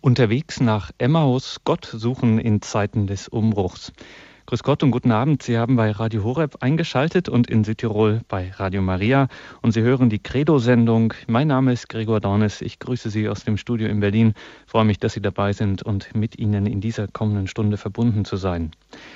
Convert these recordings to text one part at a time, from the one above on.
Unterwegs nach Emmaus, Gott suchen in Zeiten des Umbruchs. Grüß Gott und guten Abend. Sie haben bei Radio Horeb eingeschaltet und in Südtirol bei Radio Maria. Und Sie hören die Credo-Sendung. Mein Name ist Gregor Dornis. Ich grüße Sie aus dem Studio in Berlin. Ich freue mich, dass Sie dabei sind und mit Ihnen in dieser kommenden Stunde verbunden zu sein.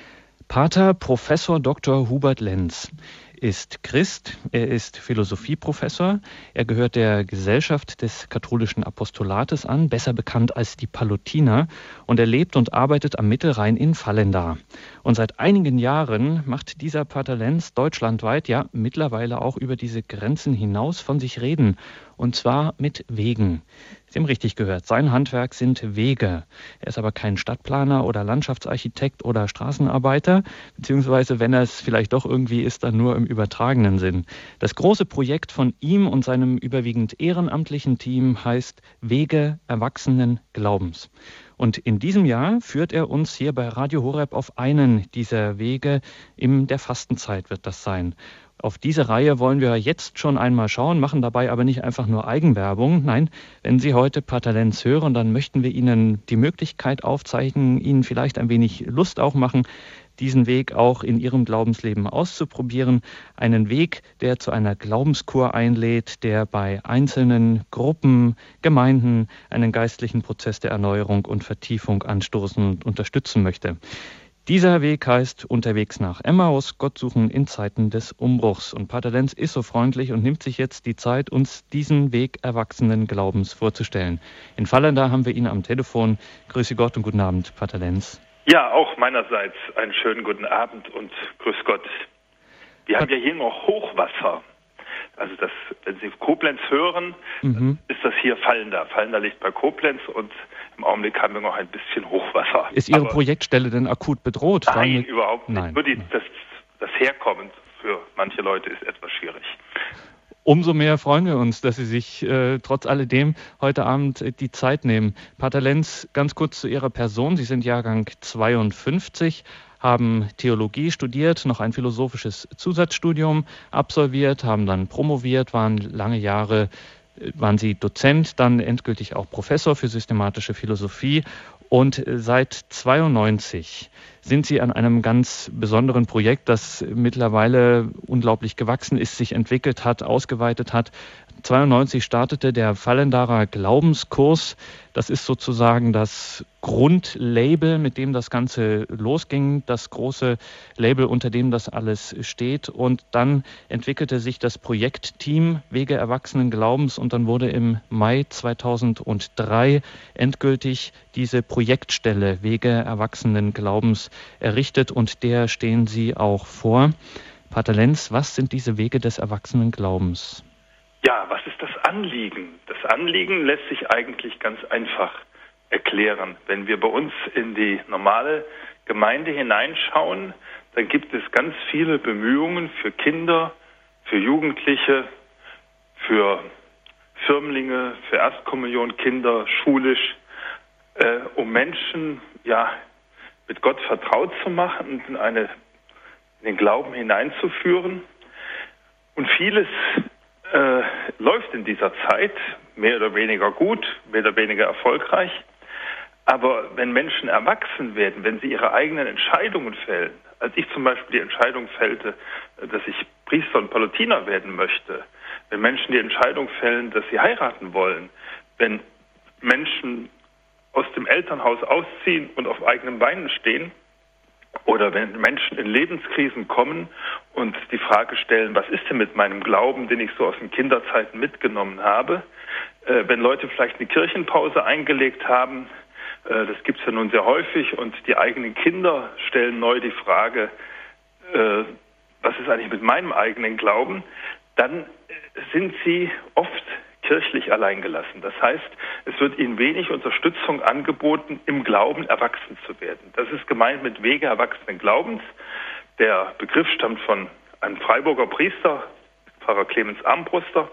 Pater Professor Dr. Hubert Lenz ist Christ, er ist Philosophieprofessor, er gehört der Gesellschaft des katholischen Apostolates an, besser bekannt als die Pallottiner, und er lebt und arbeitet am Mittelrhein in Vallendar. Und seit einigen Jahren macht dieser Pater Lenz deutschlandweit, ja mittlerweile auch über diese Grenzen hinaus von sich reden, und zwar mit Wegen. Sie haben richtig gehört, sein Handwerk sind Wege. Er ist aber kein Stadtplaner oder Landschaftsarchitekt oder Straßenarbeiter, beziehungsweise wenn er es vielleicht doch irgendwie ist, dann nur im übertragenen Sinn. Das große Projekt von ihm und seinem überwiegend ehrenamtlichen Team heißt Wege erwachsenen Glaubens. Und in diesem Jahr führt er uns hier bei Radio Horeb auf einen dieser Wege. In der Fastenzeit wird das sein. Auf diese Reihe wollen wir jetzt schon einmal schauen, machen dabei aber nicht einfach nur Eigenwerbung. Nein, wenn Sie heute Pater Lenz hören, dann möchten wir Ihnen die Möglichkeit aufzeichnen, Ihnen vielleicht ein wenig Lust auch machen, diesen Weg auch in Ihrem Glaubensleben auszuprobieren. Einen Weg, der zu einer Glaubenskur einlädt, der bei einzelnen Gruppen, Gemeinden einen geistlichen Prozess der Erneuerung und Vertiefung anstoßen und unterstützen möchte. Dieser Weg heißt Unterwegs nach Emmaus, Gott suchen in Zeiten des Umbruchs. Und Pater Lenz ist so freundlich und nimmt sich jetzt die Zeit, uns diesen Weg erwachsenen Glaubens vorzustellen. In Vallendar haben wir ihn am Telefon. Grüße Gott und guten Abend, Pater Lenz. Ja, auch meinerseits einen schönen guten Abend und grüß Gott. Wir haben ja hier noch Hochwasser. Also das, wenn Sie Koblenz hören, ist das hier Vallendar. Vallendar liegt bei Koblenz und im Augenblick haben wir noch ein bisschen Hochwasser. Ist Ihre Projektstelle denn akut bedroht? Nein, überhaupt nicht. Nein. Nur das Herkommen für manche Leute ist etwas schwierig. Umso mehr freuen wir uns, dass Sie sich trotz alledem heute Abend die Zeit nehmen. Pater Lenz, ganz kurz zu Ihrer Person. Sie sind Jahrgang 52, haben Theologie studiert, noch ein philosophisches Zusatzstudium absolviert, haben dann promoviert, waren lange Jahre Sie Dozent, dann endgültig auch Professor für systematische Philosophie. Und seit 1992 sind Sie an einem ganz besonderen Projekt, das mittlerweile unglaublich gewachsen ist, sich entwickelt hat, ausgeweitet hat. 1992 startete der Vallendarer Glaubenskurs. Das ist sozusagen das Grundlabel, mit dem das Ganze losging, das große Label, unter dem das alles steht. Und dann entwickelte sich das Projektteam Wege erwachsenen Glaubens und dann wurde im Mai 2003 endgültig diese Projektstelle Wege erwachsenen Glaubens errichtet und der stehen Sie auch vor. Pater Lenz, was sind diese Wege des erwachsenen Glaubens? Ja, was ist das Anliegen? Das Anliegen lässt sich eigentlich ganz einfach erklären. Wenn wir bei uns in die normale Gemeinde hineinschauen, dann gibt es ganz viele Bemühungen für Kinder, für Jugendliche, für Firmlinge, für Erstkommunionkinder, schulisch, um Menschen mit Gott vertraut zu machen und in den Glauben hineinzuführen. Und vieles läuft in dieser Zeit mehr oder weniger gut, mehr oder weniger erfolgreich. Aber wenn Menschen erwachsen werden, wenn sie ihre eigenen Entscheidungen fällen, als ich zum Beispiel die Entscheidung fällte, dass ich Priester und Pallottiner werden möchte, wenn Menschen die Entscheidung fällen, dass sie heiraten wollen, wenn Menschen aus dem Elternhaus ausziehen und auf eigenen Beinen stehen, oder wenn Menschen in Lebenskrisen kommen und die Frage stellen, was ist denn mit meinem Glauben, den ich so aus den Kinderzeiten mitgenommen habe? Wenn Leute vielleicht eine Kirchenpause eingelegt haben, das gibt es ja nun sehr häufig, und die eigenen Kinder stellen neu die Frage, was ist eigentlich mit meinem eigenen Glauben? Dann sind sie oft kirchlich alleingelassen. Das heißt, es wird ihnen wenig Unterstützung angeboten, im Glauben erwachsen zu werden. Das ist gemeint mit Wege erwachsenen Glaubens. Der Begriff stammt von einem Freiburger Priester, Pfarrer Clemens Armbruster,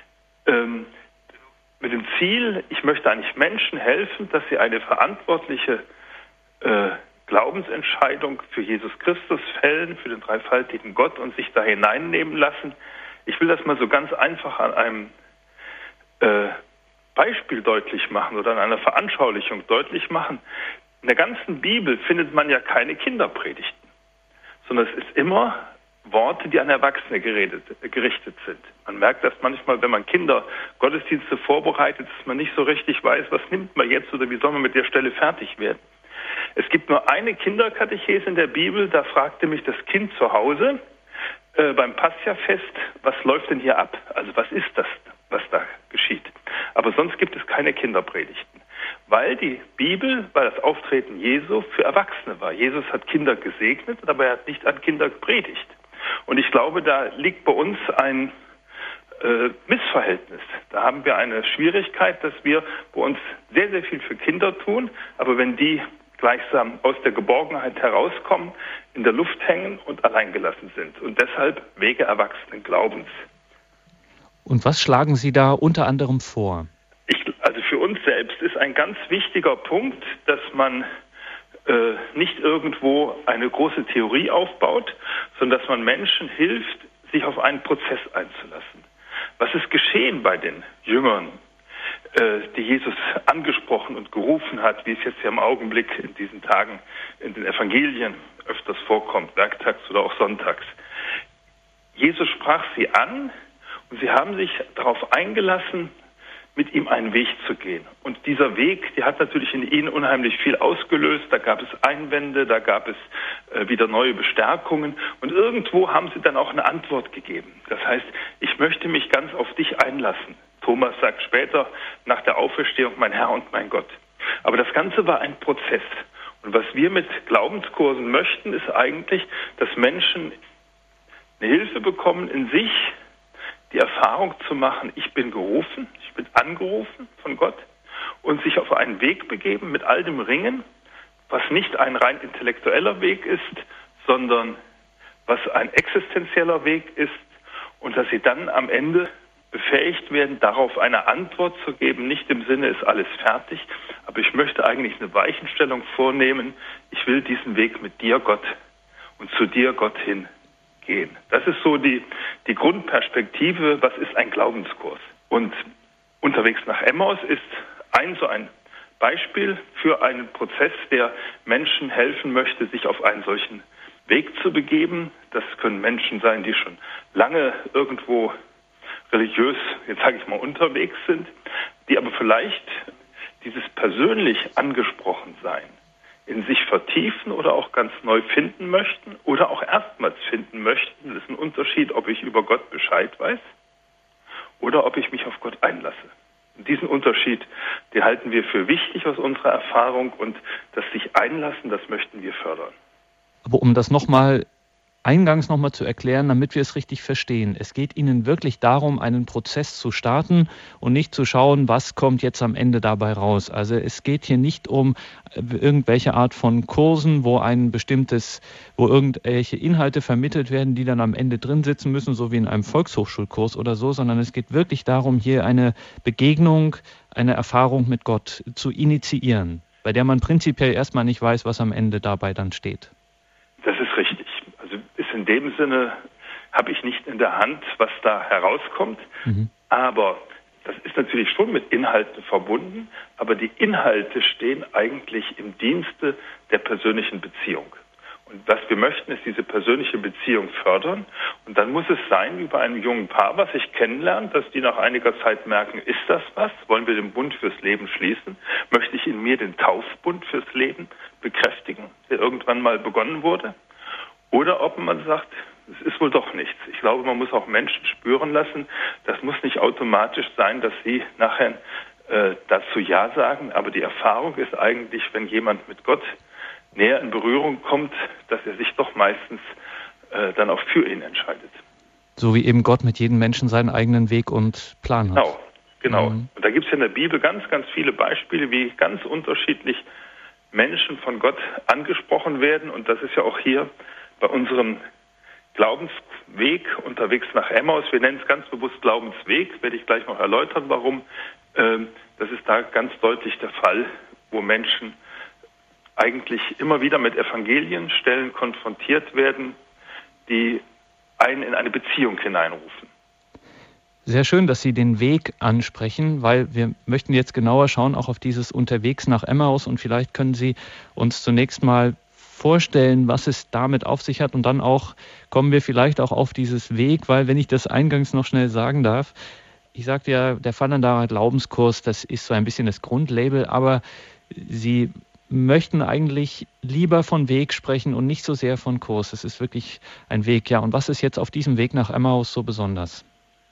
mit dem Ziel, ich möchte eigentlich Menschen helfen, dass sie eine verantwortliche Glaubensentscheidung für Jesus Christus fällen, für den dreifaltigen Gott, und sich da hineinnehmen lassen. Ich will das mal so ganz einfach an einem Beispiel deutlich machen oder an einer Veranschaulichung deutlich machen. In der ganzen Bibel findet man ja keine Kinderpredigten, sondern es ist immer Worte, die an Erwachsene gerichtet sind. Man merkt das manchmal, wenn man Kinder Gottesdienste vorbereitet, dass man nicht so richtig weiß, was nimmt man jetzt oder wie soll man mit der Stelle fertig werden. Es gibt nur eine Kinderkatechese in der Bibel, da fragte mich das Kind zu Hause beim Pascha-Fest, was läuft denn hier ab? Also was ist das, was da geschieht? Aber sonst gibt es keine Kinderpredigten, weil die Bibel, weil das Auftreten Jesu für Erwachsene war. Jesus hat Kinder gesegnet, aber er hat nicht an Kinder gepredigt. Und ich glaube, da liegt bei uns ein Missverhältnis. Da haben wir eine Schwierigkeit, dass wir bei uns sehr, sehr viel für Kinder tun, aber wenn die gleichsam aus der Geborgenheit herauskommen, in der Luft hängen und alleingelassen sind. Und deshalb Wege erwachsenen Glaubens. Und was schlagen Sie da unter anderem vor? Also für uns selbst ist ein ganz wichtiger Punkt, dass man nicht irgendwo eine große Theorie aufbaut, sondern dass man Menschen hilft, sich auf einen Prozess einzulassen. Was ist geschehen bei den Jüngern, die Jesus angesprochen und gerufen hat, wie es jetzt ja im Augenblick in diesen Tagen in den Evangelien öfters vorkommt, werktags oder auch sonntags. Jesus sprach sie an und sie haben sich darauf eingelassen, mit ihm einen Weg zu gehen. Und dieser Weg, der hat natürlich in ihnen unheimlich viel ausgelöst. Da gab es Einwände, da gab es wieder neue Bestärkungen. Und irgendwo haben sie dann auch eine Antwort gegeben. Das heißt, ich möchte mich ganz auf dich einlassen. Thomas sagt später nach der Auferstehung, mein Herr und mein Gott. Aber das Ganze war ein Prozess. Und was wir mit Glaubenskursen möchten, ist eigentlich, dass Menschen eine Hilfe bekommen, in sich die Erfahrung zu machen, ich bin gerufen, ich bin angerufen von Gott und sich auf einen Weg begeben mit all dem Ringen, was nicht ein rein intellektueller Weg ist, sondern was ein existenzieller Weg ist und dass sie dann am Ende befähigt werden, darauf eine Antwort zu geben, nicht im Sinne, ist alles fertig, aber ich möchte eigentlich eine Weichenstellung vornehmen, ich will diesen Weg mit dir, Gott, und zu dir, Gott, hin gehen. Das ist so die Grundperspektive, was ist ein Glaubenskurs. Und unterwegs nach Emmaus ist ein Beispiel für einen Prozess, der Menschen helfen möchte, sich auf einen solchen Weg zu begeben. Das können Menschen sein, die schon lange irgendwo religiös, jetzt sage ich mal, unterwegs sind, die aber vielleicht dieses persönlich angesprochen sein in sich vertiefen oder auch ganz neu finden möchten oder auch erstmals finden möchten. Das ist ein Unterschied, ob ich über Gott Bescheid weiß oder ob ich mich auf Gott einlasse. Und diesen Unterschied, den halten wir für wichtig aus unserer Erfahrung und das sich einlassen, das möchten wir fördern. Aber um das eingangs nochmal zu erklären, damit wir es richtig verstehen. Es geht Ihnen wirklich darum, einen Prozess zu starten und nicht zu schauen, was kommt jetzt am Ende dabei raus. Also es geht hier nicht um irgendwelche Art von Kursen, wo irgendwelche Inhalte vermittelt werden, die dann am Ende drin sitzen müssen, so wie in einem Volkshochschulkurs oder so, sondern es geht wirklich darum, hier eine Begegnung, eine Erfahrung mit Gott zu initiieren, bei der man prinzipiell erstmal nicht weiß, was am Ende dabei dann steht. Das ist richtig. Also in dem Sinne habe ich nicht in der Hand, was da herauskommt, aber das ist natürlich schon mit Inhalten verbunden, aber die Inhalte stehen eigentlich im Dienste der persönlichen Beziehung. Und was wir möchten, ist diese persönliche Beziehung fördern. Und dann muss es sein, wie bei einem jungen Paar, was sich kennenlernt, dass die nach einiger Zeit merken, ist das was? Wollen wir den Bund fürs Leben schließen? Möchte ich in mir den Taufbund fürs Leben bekräftigen, der irgendwann mal begonnen wurde? Oder ob man sagt, es ist wohl doch nichts. Ich glaube, man muss auch Menschen spüren lassen, das muss nicht automatisch sein, dass sie nachher dazu Ja sagen, aber die Erfahrung ist eigentlich, wenn jemand mit Gott näher in Berührung kommt, dass er sich doch meistens dann auch für ihn entscheidet. So wie eben Gott mit jedem Menschen seinen eigenen Weg und Plan hat. Genau. Und da gibt es ja in der Bibel ganz, ganz viele Beispiele, wie ganz unterschiedlich Menschen von Gott angesprochen werden. Und das ist ja auch hier bei unserem Glaubensweg unterwegs nach Emmaus. Wir nennen es ganz bewusst Glaubensweg, werde ich gleich noch erläutern, warum. Das ist da ganz deutlich der Fall, wo Menschen eigentlich immer wieder mit Evangelienstellen konfrontiert werden, die einen in eine Beziehung hineinrufen. Sehr schön, dass Sie den Weg ansprechen, weil wir möchten jetzt genauer schauen, auch auf dieses Unterwegs nach Emmaus, und vielleicht können Sie uns zunächst mal vorstellen, was es damit auf sich hat, und dann auch kommen wir vielleicht auch auf dieses Weg, weil, wenn ich das eingangs noch schnell sagen darf, ich sagte ja, der Pfalandarer Glaubenskurs, das ist so ein bisschen das Grundlabel, aber Sie möchten eigentlich lieber von Weg sprechen und nicht so sehr von Kurs. Es ist wirklich ein Weg, ja. Und was ist jetzt auf diesem Weg nach Emmaus so besonders?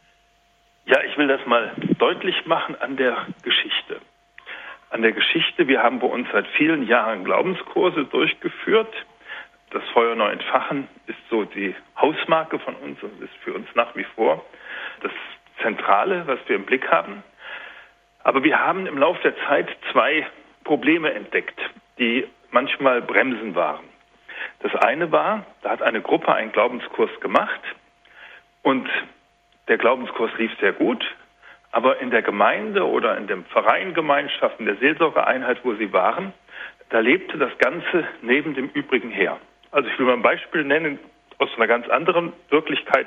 Ja, ich will das mal deutlich machen an der Geschichte. An der Geschichte, wir haben bei uns seit vielen Jahren Glaubenskurse durchgeführt. Das Feuer neu entfachen ist so die Hausmarke von uns und ist für uns nach wie vor das Zentrale, was wir im Blick haben. Aber wir haben im Laufe der Zeit zwei Probleme entdeckt, die manchmal Bremsen waren. Das eine war, da hat eine Gruppe einen Glaubenskurs gemacht und der Glaubenskurs lief sehr gut, aber in der Gemeinde oder in dem Verein, Gemeinschaft, in der Seelsorgeeinheit, wo sie waren, da lebte das Ganze neben dem Übrigen her. Also ich will mal ein Beispiel nennen aus einer ganz anderen Wirklichkeit.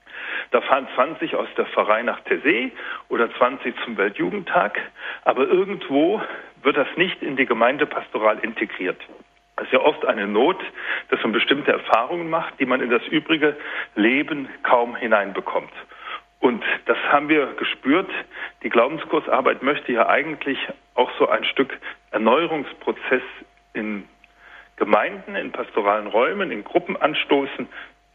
Da fahren 20 aus der Pfarrei nach Tessé oder 20 zum Weltjugendtag, aber irgendwo wird das nicht in die Gemeindepastoral integriert. Das ist ja oft eine Not, dass man bestimmte Erfahrungen macht, die man in das übrige Leben kaum hineinbekommt. Und das haben wir gespürt. Die Glaubenskursarbeit möchte ja eigentlich auch so ein Stück Erneuerungsprozess in Gemeinden, in pastoralen Räumen, in Gruppen anstoßen.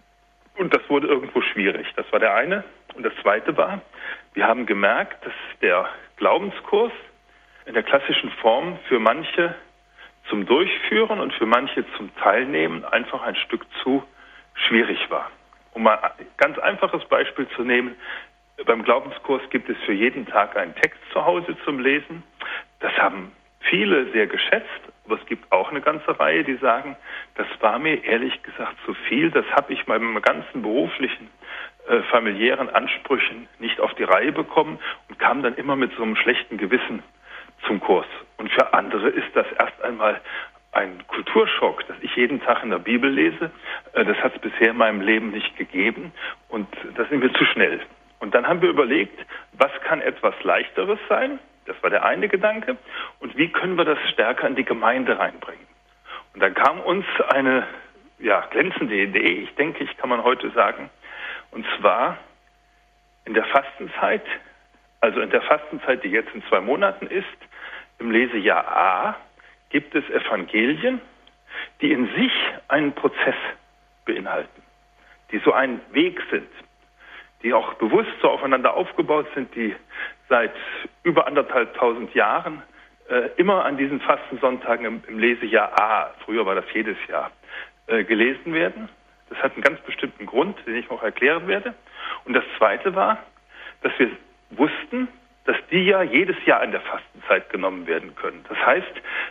Und das wurde irgendwo schwierig. Das war der eine. Und das zweite war, wir haben gemerkt, dass der Glaubenskurs in der klassischen Form für manche zum Durchführen und für manche zum Teilnehmen einfach ein Stück zu schwierig war. Um mal ein ganz einfaches Beispiel zu nehmen, beim Glaubenskurs gibt es für jeden Tag einen Text zu Hause zum Lesen. Das haben viele sehr geschätzt, aber es gibt auch eine ganze Reihe, die sagen, das war mir ehrlich gesagt zu viel, das habe ich bei meinen ganzen beruflichen, familiären Ansprüchen nicht auf die Reihe bekommen und kam dann immer mit so einem schlechten Gewissen zum Kurs. Und für andere ist das erst einmal ein Kulturschock, dass ich jeden Tag in der Bibel lese. Das hat es bisher in meinem Leben nicht gegeben und das sind wir zu schnell. Und dann haben wir überlegt, was kann etwas Leichteres sein? Das war der eine Gedanke. Und wie können wir das stärker in die Gemeinde reinbringen? Und dann kam uns eine glänzende Idee, ich denke, kann man heute sagen, und zwar in der Fastenzeit, also in der Fastenzeit, die jetzt in 2 Monaten ist, im Lesejahr A, gibt es Evangelien, die in sich einen Prozess beinhalten, die so ein Weg sind, die auch bewusst so aufeinander aufgebaut sind, die seit über 1.500 Jahren immer an diesen Fastensonntagen im Lesejahr A, früher war das jedes Jahr, gelesen werden. Das hat einen ganz bestimmten Grund, den ich noch erklären werde. Und das Zweite war, dass wir wussten, dass die ja jedes Jahr in der Fastenzeit genommen werden können. Das heißt,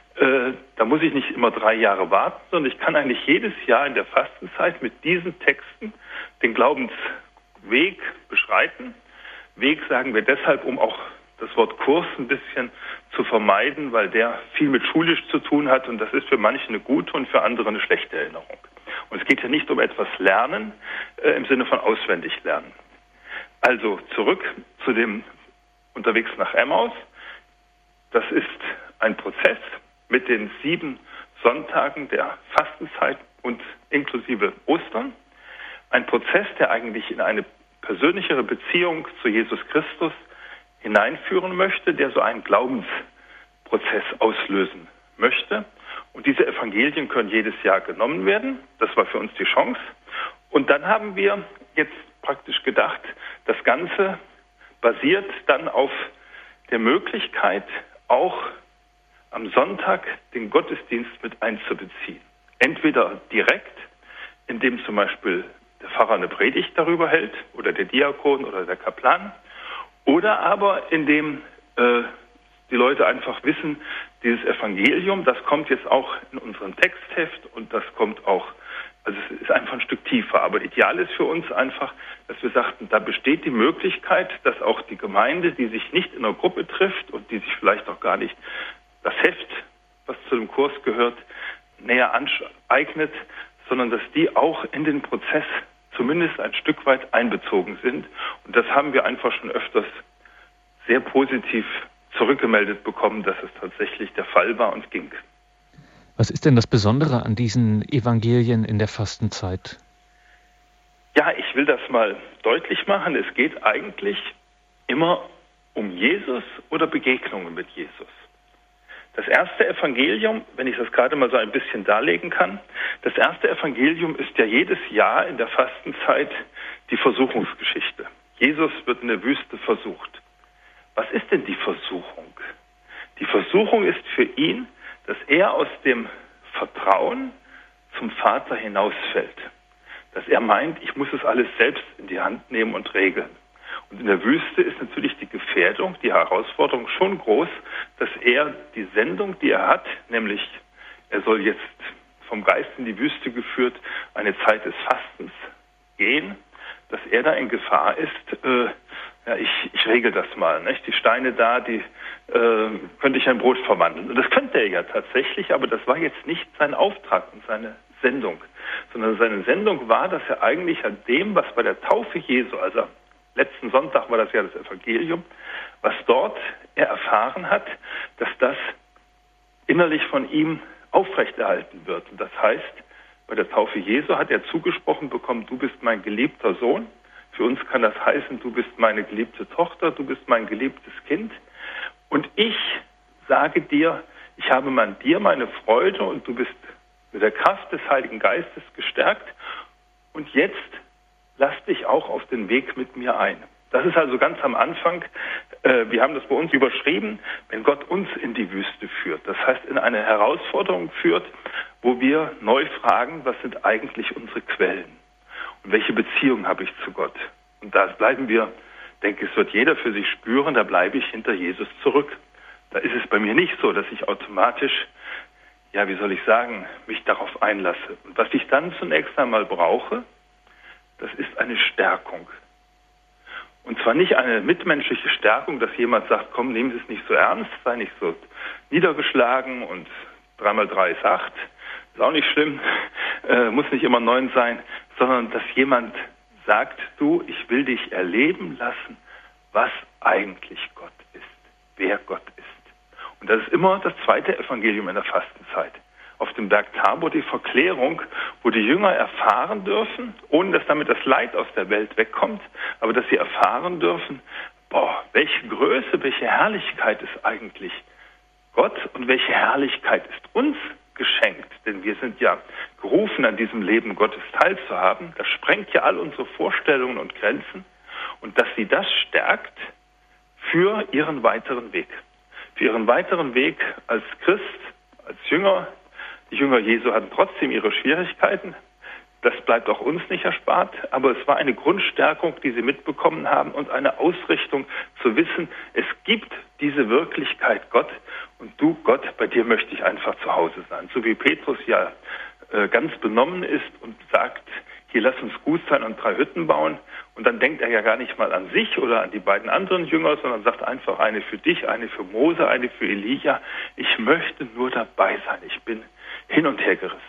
da muss ich nicht immer 3 Jahre warten, sondern ich kann eigentlich jedes Jahr in der Fastenzeit mit diesen Texten den Glaubensweg beschreiten. Weg sagen wir deshalb, um auch das Wort Kurs ein bisschen zu vermeiden, weil der viel mit schulisch zu tun hat und das ist für manche eine gute und für andere eine schlechte Erinnerung. Und es geht ja nicht um etwas Lernen im Sinne von auswendig lernen. Also zurück zu dem Unterwegs nach Emmaus. Das ist ein Prozess mit den 7 Sonntagen der Fastenzeit und inklusive Ostern. Ein Prozess, der eigentlich in eine persönlichere Beziehung zu Jesus Christus hineinführen möchte, der so einen Glaubensprozess auslösen möchte. Und diese Evangelien können jedes Jahr genommen werden. Das war für uns die Chance. Und dann haben wir jetzt praktisch gedacht, das Ganze basiert dann auf der Möglichkeit, auch am Sonntag den Gottesdienst mit einzubeziehen. Entweder direkt, indem zum Beispiel der Pfarrer eine Predigt darüber hält oder der Diakon oder der Kaplan, oder aber indem die Leute einfach wissen, dieses Evangelium, das kommt jetzt auch in unserem Textheft und das kommt auch, also es ist einfach ein Stück tiefer. Aber ideal ist für uns einfach, dass wir sagten, da besteht die Möglichkeit, dass auch die Gemeinde, die sich nicht in einer Gruppe trifft und die sich vielleicht auch gar nicht das Heft, was zu dem Kurs gehört, näher aneignet, sondern dass die auch in den Prozess zumindest ein Stück weit einbezogen sind. Und das haben wir einfach schon öfters sehr positiv zurückgemeldet bekommen, dass es tatsächlich der Fall war und ging. Was ist denn das Besondere an diesen Evangelien in der Fastenzeit? Ja, ich will das mal deutlich machen. Es geht eigentlich immer um Jesus oder Begegnungen mit Jesus. Das erste Evangelium, wenn ich das gerade mal so ein bisschen darlegen kann, das erste Evangelium ist ja jedes Jahr in der Fastenzeit die Versuchungsgeschichte. Jesus wird in der Wüste versucht. Was ist denn die Versuchung? Die Versuchung ist für ihn, dass er aus dem Vertrauen zum Vater hinausfällt. Dass er meint, ich muss es alles selbst in die Hand nehmen und regeln. Und in der Wüste ist natürlich die Gefährdung, die Herausforderung schon groß, dass er die Sendung, die er hat, nämlich er soll jetzt vom Geist in die Wüste geführt, eine Zeit des Fastens gehen, dass er da in Gefahr ist, ich regel das mal, nicht? Die Steine da, die könnte ich in ein Brot verwandeln. Und das könnte er ja tatsächlich, aber das war jetzt nicht sein Auftrag und seine Sendung, sondern seine Sendung war, dass er eigentlich an dem, was bei der Taufe Jesu, also letzten Sonntag war das ja das Evangelium, was dort er erfahren hat, dass das innerlich von ihm aufrechterhalten wird. Und das heißt, bei der Taufe Jesu hat er zugesprochen bekommen, du bist mein geliebter Sohn. Für uns kann das heißen, du bist meine geliebte Tochter, du bist mein geliebtes Kind. Und ich sage dir, ich habe an dir meine Freude und du bist mit der Kraft des Heiligen Geistes gestärkt. Und jetzt lass dich auch auf den Weg mit mir ein. Das ist also ganz am Anfang, wir haben das bei uns überschrieben, wenn Gott uns in die Wüste führt. Das heißt, in eine Herausforderung führt, wo wir neu fragen, was sind eigentlich unsere Quellen? Und welche Beziehung habe ich zu Gott? Und da bleiben wir, denke, es wird jeder für sich spüren, da bleibe ich hinter Jesus zurück. Da ist es bei mir nicht so, dass ich automatisch, mich darauf einlasse. Und was ich dann zunächst einmal brauche, das ist eine Stärkung. Und zwar nicht eine mitmenschliche Stärkung, dass jemand sagt, komm, nehmen Sie es nicht so ernst, sei nicht so niedergeschlagen und 3 mal 3 ist 8, ist auch nicht schlimm, muss nicht immer 9 sein, sondern dass jemand sagt, du, ich will dich erleben lassen, was eigentlich Gott ist, wer Gott ist. Und das ist immer das zweite Evangelium in der Fastenzeit. Auf dem Berg Tabor die Verklärung, wo die Jünger erfahren dürfen, ohne dass damit das Leid aus der Welt wegkommt, aber dass sie erfahren dürfen, welche Größe, welche Herrlichkeit ist eigentlich Gott und welche Herrlichkeit ist uns geschenkt. Denn wir sind ja gerufen, an diesem Leben Gottes teilzuhaben. Das sprengt ja all unsere Vorstellungen und Grenzen. Und dass sie das stärkt für ihren weiteren Weg. Für ihren weiteren Weg als Christ, als Jünger. Die Jünger Jesu hatten trotzdem ihre Schwierigkeiten. Das bleibt auch uns nicht erspart. Aber es war eine Grundstärkung, die sie mitbekommen haben und eine Ausrichtung zu wissen, es gibt diese Wirklichkeit Gott. Und du, Gott, bei dir möchte ich einfach zu Hause sein. So wie Petrus ja ganz benommen ist und sagt, hier lass uns gut sein und 3 Hütten bauen. Und dann denkt er ja gar nicht mal an sich oder an die beiden anderen Jünger, sondern sagt einfach eine für dich, eine für Mose, eine für Elia. Ich möchte nur dabei sein. Ich bin hin und her gerissen.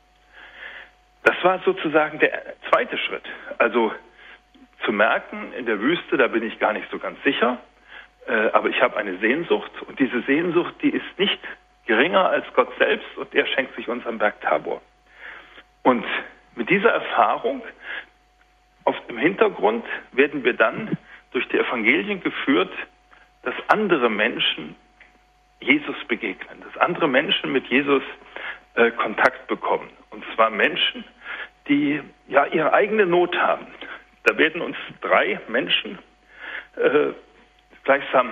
Das war sozusagen der zweite Schritt. Also zu merken, in der Wüste, da bin ich gar nicht so ganz sicher, aber ich habe eine Sehnsucht und diese Sehnsucht, die ist nicht geringer als Gott selbst und er schenkt sich uns am Berg Tabor. Und mit dieser Erfahrung auf dem Hintergrund werden wir dann durch die Evangelien geführt, dass andere Menschen Jesus begegnen, dass andere Menschen mit Jesus Kontakt bekommen. Und zwar Menschen, die ja ihre eigene Not haben. Da werden uns 3 Menschen gleichsam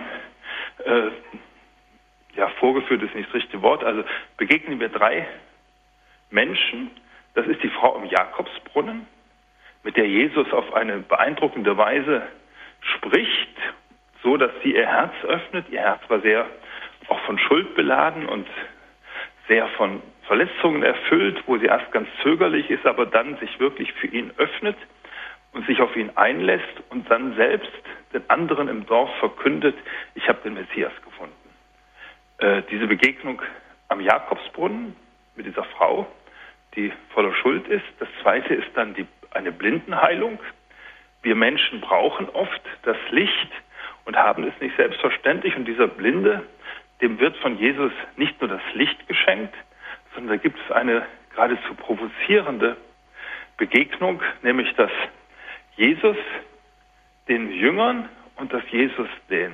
vorgeführt ist nicht das richtige Wort, also begegnen wir 3 Menschen. Das ist die Frau am Jakobsbrunnen, mit der Jesus auf eine beeindruckende Weise spricht, so dass sie ihr Herz öffnet. Ihr Herz war sehr auch von Schuld beladen und sehr von Verletzungen erfüllt, wo sie erst ganz zögerlich ist, aber dann sich wirklich für ihn öffnet und sich auf ihn einlässt und dann selbst den anderen im Dorf verkündet, ich habe den Messias gefunden. Diese Begegnung am Jakobsbrunnen mit dieser Frau, die voller Schuld ist. Das zweite ist dann die eine Blindenheilung. Wir Menschen brauchen oft das Licht und haben es nicht selbstverständlich. Und dieser Blinde, dem wird von Jesus nicht nur das Licht geschenkt, sondern da gibt es eine geradezu provozierende Begegnung, nämlich dass Jesus den Jüngern und dass Jesus den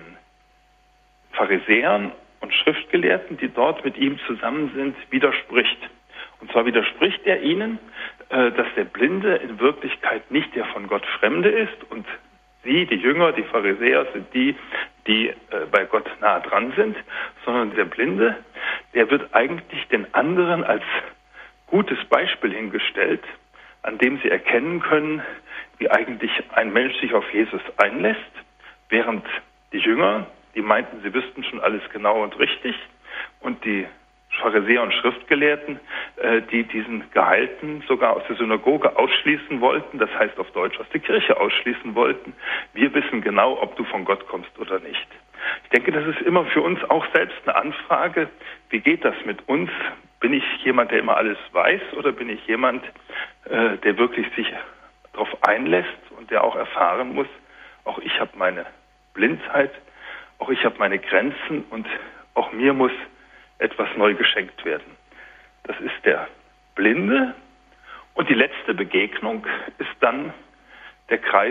Pharisäern und Schriftgelehrten, die dort mit ihm zusammen sind, widerspricht. Und zwar widerspricht er ihnen, dass der Blinde in Wirklichkeit nicht der von Gott Fremde ist und sie, die Jünger, die Pharisäer, sind die bei Gott nahe dran sind, sondern der Blinde, der wird eigentlich den anderen als gutes Beispiel hingestellt, an dem sie erkennen können, wie eigentlich ein Mensch sich auf Jesus einlässt, während die Jünger, die meinten, sie wüssten schon alles genau und richtig, und die Pharisäer und Schriftgelehrten, die diesen Geheilten sogar aus der Synagoge ausschließen wollten, das heißt auf Deutsch aus der Kirche ausschließen wollten. Wir wissen genau, ob du von Gott kommst oder nicht. Ich denke, das ist immer für uns auch selbst eine Anfrage. Wie geht das mit uns? Bin ich jemand, der immer alles weiß, oder bin ich jemand, der wirklich sich darauf einlässt und der auch erfahren muss, auch ich habe meine Blindheit, auch ich habe meine Grenzen und auch mir muss etwas neu geschenkt werden. Das ist der Blinde. Und die letzte Begegnung ist dann der Kreis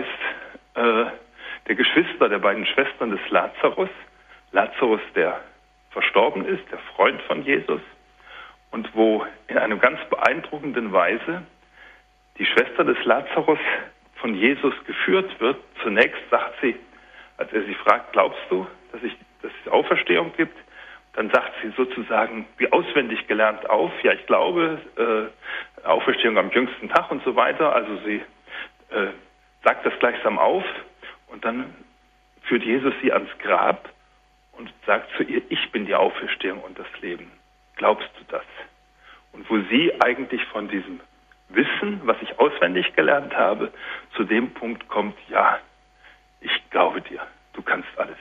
der Geschwister, der beiden Schwestern des Lazarus. Lazarus, der verstorben ist, der Freund von Jesus. Und wo in einer ganz beeindruckenden Weise die Schwester des Lazarus von Jesus geführt wird. Zunächst sagt sie, als er sie fragt, glaubst du, dass es Auferstehung gibt? Dann sagt sie sozusagen wie auswendig gelernt auf, ja, ich glaube, Auferstehung am jüngsten Tag und so weiter. Also sie sagt das gleichsam auf und dann führt Jesus sie ans Grab und sagt zu ihr, ich bin die Auferstehung und das Leben. Glaubst du das? Und wo sie eigentlich von diesem Wissen, was ich auswendig gelernt habe, zu dem Punkt kommt, ja, ich glaube dir, du kannst alles.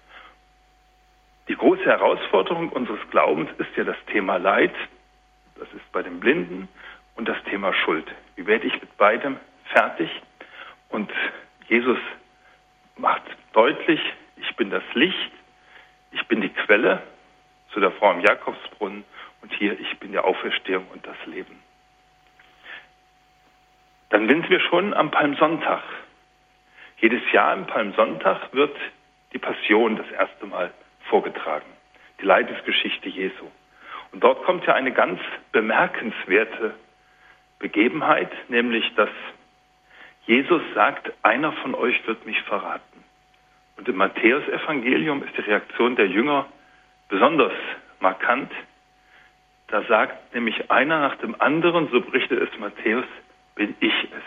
Die große Herausforderung unseres Glaubens ist ja das Thema Leid, das ist bei den Blinden, und das Thema Schuld. Wie werde ich mit beidem fertig? Und Jesus macht deutlich, ich bin das Licht, ich bin die Quelle, zu der Frau im Jakobsbrunnen, und hier, ich bin die Auferstehung und das Leben. Dann sind wir schon am Palmsonntag. Jedes Jahr am Palmsonntag wird die Passion das erste Mal vorgetragen, die Leidensgeschichte Jesu. Und dort kommt ja eine ganz bemerkenswerte Begebenheit, nämlich, dass Jesus sagt, einer von euch wird mich verraten. Und im Matthäus-Evangelium ist die Reaktion der Jünger besonders markant. Da sagt nämlich einer nach dem anderen, so berichtet es Matthäus, bin ich es.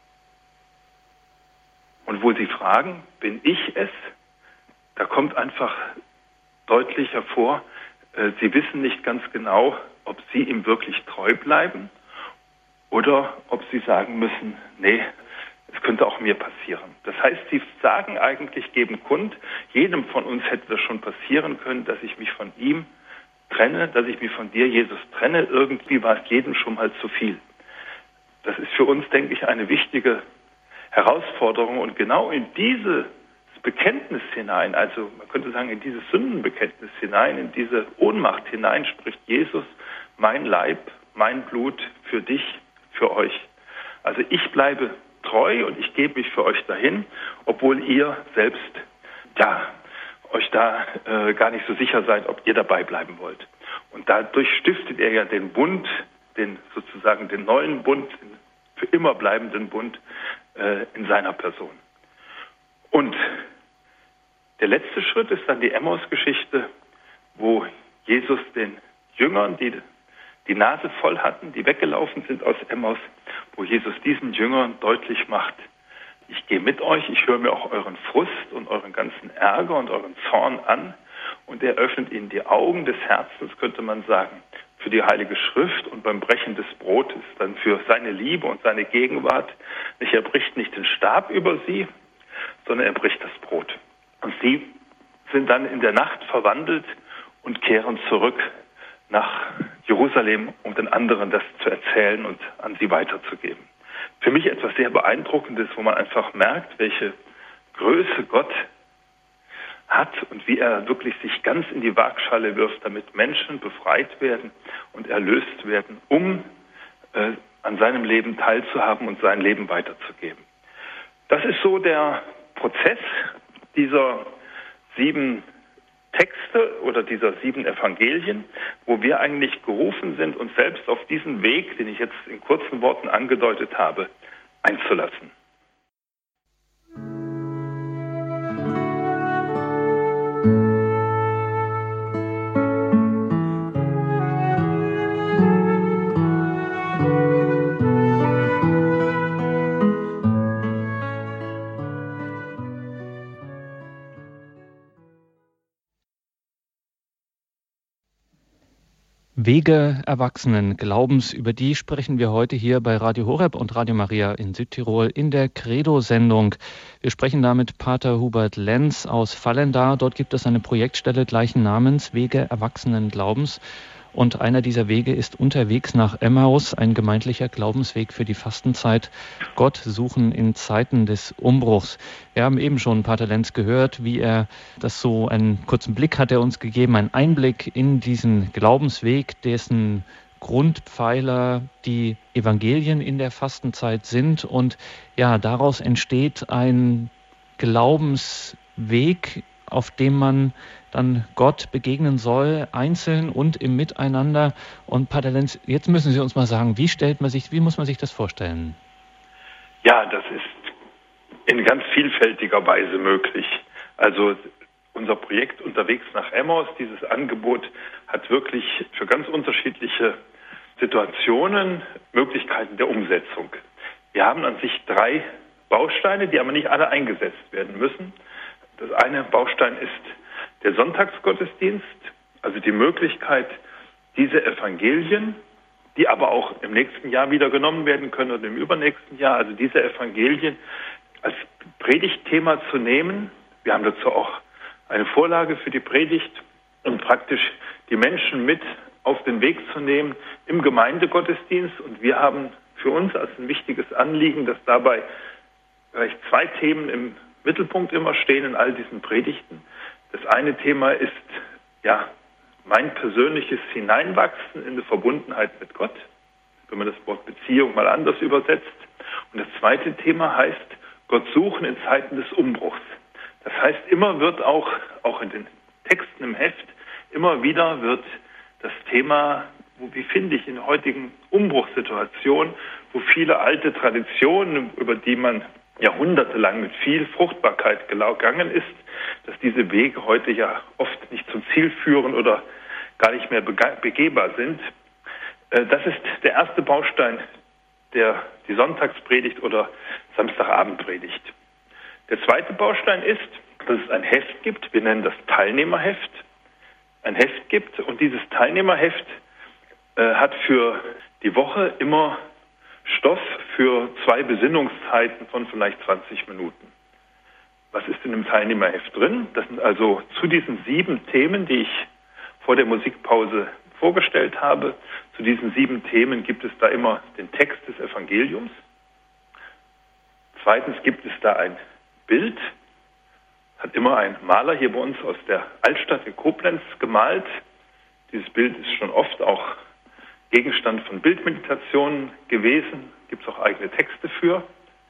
Und wo sie fragen, bin ich es, da kommt einfach deutlich hervor, sie wissen nicht ganz genau, ob sie ihm wirklich treu bleiben oder ob sie sagen müssen, nee, es könnte auch mir passieren. Das heißt, sie sagen eigentlich, geben kund, jedem von uns hätte das schon passieren können, dass ich mich von ihm trenne, dass ich mich von dir, Jesus, trenne. Irgendwie war es jedem schon mal zu viel. Das ist für uns, denke ich, eine wichtige Herausforderung. Und genau in dieses Bekenntnis hinein, also man könnte sagen, in dieses Sündenbekenntnis hinein, in diese Ohnmacht hinein, spricht Jesus, mein Leib, mein Blut für dich, für euch. Also ich bleibe treu und ich gebe mich für euch dahin, obwohl ihr selbst, ja, euch da gar nicht so sicher seid, ob ihr dabei bleiben wollt. Und dadurch stiftet er ja den Bund, den neuen Bund, den für immer bleibenden Bund in seiner Person. Und der letzte Schritt ist dann die Emmaus-Geschichte, wo Jesus den Jüngern, die die Nase voll hatten, die weggelaufen sind aus Emmaus, wo Jesus diesen Jüngern deutlich macht, ich gehe mit euch, ich höre mir auch euren Frust und euren ganzen Ärger und euren Zorn an, und er öffnet ihnen die Augen des Herzens, könnte man sagen, für die Heilige Schrift und beim Brechen des Brotes, dann für seine Liebe und seine Gegenwart. Er bricht nicht den Stab über sie, sondern er bricht das Brot. Und sie sind dann in der Nacht verwandelt und kehren zurück nach Jerusalem, um den anderen das zu erzählen und an sie weiterzugeben. für mich etwas sehr Beeindruckendes, wo man einfach merkt, welche Größe Gott hat und wie er wirklich sich ganz in die Waagschale wirft, damit Menschen befreit werden und erlöst werden, um an seinem Leben teilzuhaben und sein Leben weiterzugeben. Das ist so der Prozess dieser 7 Texte oder dieser 7 Evangelien, wo wir eigentlich gerufen sind, uns selbst auf diesen Weg, den ich jetzt in kurzen Worten angedeutet habe, einzulassen. Wege erwachsenen Glaubens, über die sprechen wir heute hier bei Radio Horeb und Radio Maria in Südtirol in der Credo-Sendung. Wir sprechen da mit Pater Hubert Lenz aus Vallendar. Dort gibt es eine Projektstelle gleichen Namens, Wege erwachsenen Glaubens. Und einer dieser Wege ist unterwegs nach Emmaus, ein gemeindlicher Glaubensweg für die Fastenzeit. Gott suchen in Zeiten des Umbruchs. Wir haben eben schon Pater Lenz gehört, wie er das so, einen kurzen Blick hat er uns gegeben, einen Einblick in diesen Glaubensweg, dessen Grundpfeiler die Evangelien in der Fastenzeit sind. Und ja, daraus entsteht ein Glaubensweg, auf dem man dann Gott begegnen soll, einzeln und im Miteinander. Und Pater Lenz, jetzt müssen Sie uns mal sagen, wie muss man sich das vorstellen? Ja, das ist in ganz vielfältiger Weise möglich. Also unser Projekt Unterwegs nach Emmaus, dieses Angebot hat wirklich für ganz unterschiedliche Situationen Möglichkeiten der Umsetzung. Wir haben an sich 3 Bausteine, die aber nicht alle eingesetzt werden müssen. Das eine Baustein ist der Sonntagsgottesdienst, also die Möglichkeit, diese Evangelien, die aber auch im nächsten Jahr wieder genommen werden können oder im übernächsten Jahr, also diese Evangelien als Predigtthema zu nehmen. Wir haben dazu auch eine Vorlage für die Predigt und praktisch die Menschen mit auf den Weg zu nehmen im Gemeindegottesdienst. Und wir haben für uns als ein wichtiges Anliegen, dass dabei vielleicht 2 Themen im Mittelpunkt immer stehen in all diesen Predigten. Das eine Thema ist ja mein persönliches Hineinwachsen in die Verbundenheit mit Gott, wenn man das Wort Beziehung mal anders übersetzt. Und das zweite Thema heißt Gott suchen in Zeiten des Umbruchs. Das heißt, immer wird auch in den Texten im Heft, immer wieder wird das Thema, wie finde ich in der heutigen Umbruchssituation, wo viele alte Traditionen, über die man jahrhundertelang mit viel Fruchtbarkeit gegangen ist, dass diese Wege heute ja oft nicht zum Ziel führen oder gar nicht mehr begehbar sind. Das ist der erste Baustein, die Sonntagspredigt oder Samstagabendpredigt. Der zweite Baustein ist, dass es ein Heft gibt, wir nennen das Teilnehmerheft, ein Heft gibt und dieses Teilnehmerheft hat für die Woche immer Stoff für 2 Besinnungszeiten von vielleicht 20 Minuten. Was ist in dem Teilnehmerheft drin? Das sind also zu diesen 7 Themen, die ich vor der Musikpause vorgestellt habe. Zu diesen 7 Themen gibt es da immer den Text des Evangeliums. Zweitens gibt es da ein Bild. Hat immer ein Maler hier bei uns aus der Altstadt in Koblenz gemalt. Dieses Bild ist schon oft auch Gegenstand von Bildmeditationen gewesen, gibt es auch eigene Texte für.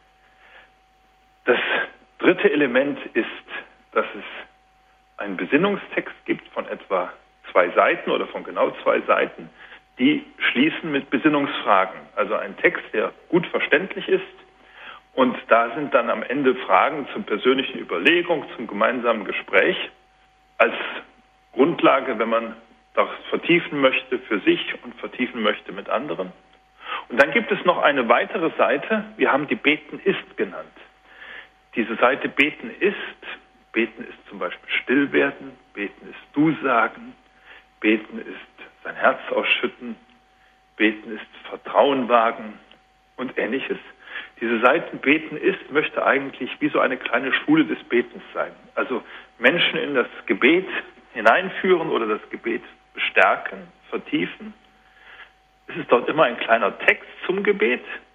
Das dritte Element ist, dass es einen Besinnungstext gibt von etwa 2 Seiten oder von genau 2 Seiten, die schließen mit Besinnungsfragen. Also ein Text, der gut verständlich ist und da sind dann am Ende Fragen zur persönlichen Überlegung, zum gemeinsamen Gespräch als Grundlage, wenn man das vertiefen möchte für sich und vertiefen möchte mit anderen. Und dann gibt es noch eine weitere Seite, wir haben die Beten ist genannt. Diese Seite Beten ist zum Beispiel Stillwerden, Beten ist Du-Sagen, Beten ist sein Herz ausschütten, Beten ist Vertrauen wagen und Ähnliches. Diese Seite Beten ist möchte eigentlich wie so eine kleine Schule des Betens sein. Also Menschen in das Gebet hineinführen oder das Gebet bestärken, vertiefen. Es ist dort immer ein kleiner Text zum Gebet,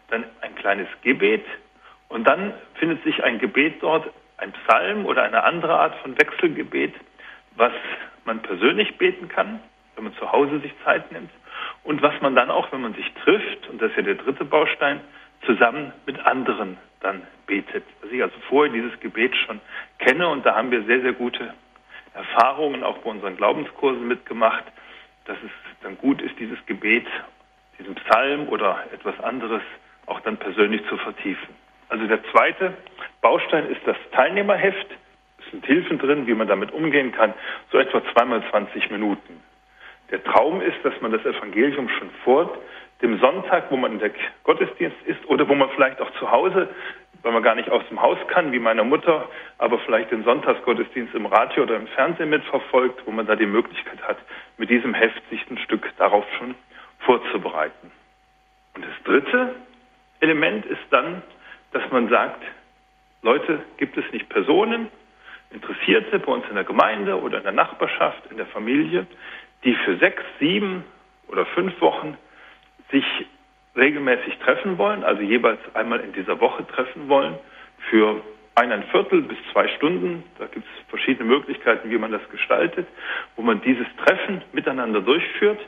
dann ein kleines Gebet und dann findet sich ein Gebet dort, ein Psalm oder eine andere Art von Wechselgebet, was man persönlich beten kann, wenn man zu Hause sich Zeit nimmt und was man dann auch, wenn man sich trifft, und das ist ja der dritte Baustein, zusammen mit anderen dann betet. Dass ich also vorher dieses Gebet schon kenne und da haben wir sehr, sehr gute Erfahrungen auch bei unseren Glaubenskursen mitgemacht, dass es dann gut ist, dieses Gebet, diesen Psalm oder etwas anderes auch dann persönlich zu vertiefen. Also der zweite Baustein ist das Teilnehmerheft. Es sind Hilfen drin, wie man damit umgehen kann, so etwa 2x20 Minuten. Der Traum ist, dass man das Evangelium schon vor dem Sonntag, wo man in der Gottesdienst ist oder wo man vielleicht auch zu Hause, weil man gar nicht aus dem Haus kann, wie meine Mutter, aber vielleicht den Sonntagsgottesdienst im Radio oder im Fernsehen mitverfolgt, wo man da die Möglichkeit hat, mit diesem Heft sich ein Stück darauf schon vorzubereiten. Und das dritte Element ist dann, dass man sagt, Leute, gibt es nicht Personen, Interessierte bei uns in der Gemeinde oder in der Nachbarschaft, in der Familie, die für 6, 7 oder 5 Wochen sich regelmäßig treffen wollen, also jeweils einmal in dieser Woche treffen wollen, für 1,25 bis 2 Stunden, da gibt es verschiedene Möglichkeiten, wie man das gestaltet, wo man dieses Treffen miteinander durchführt.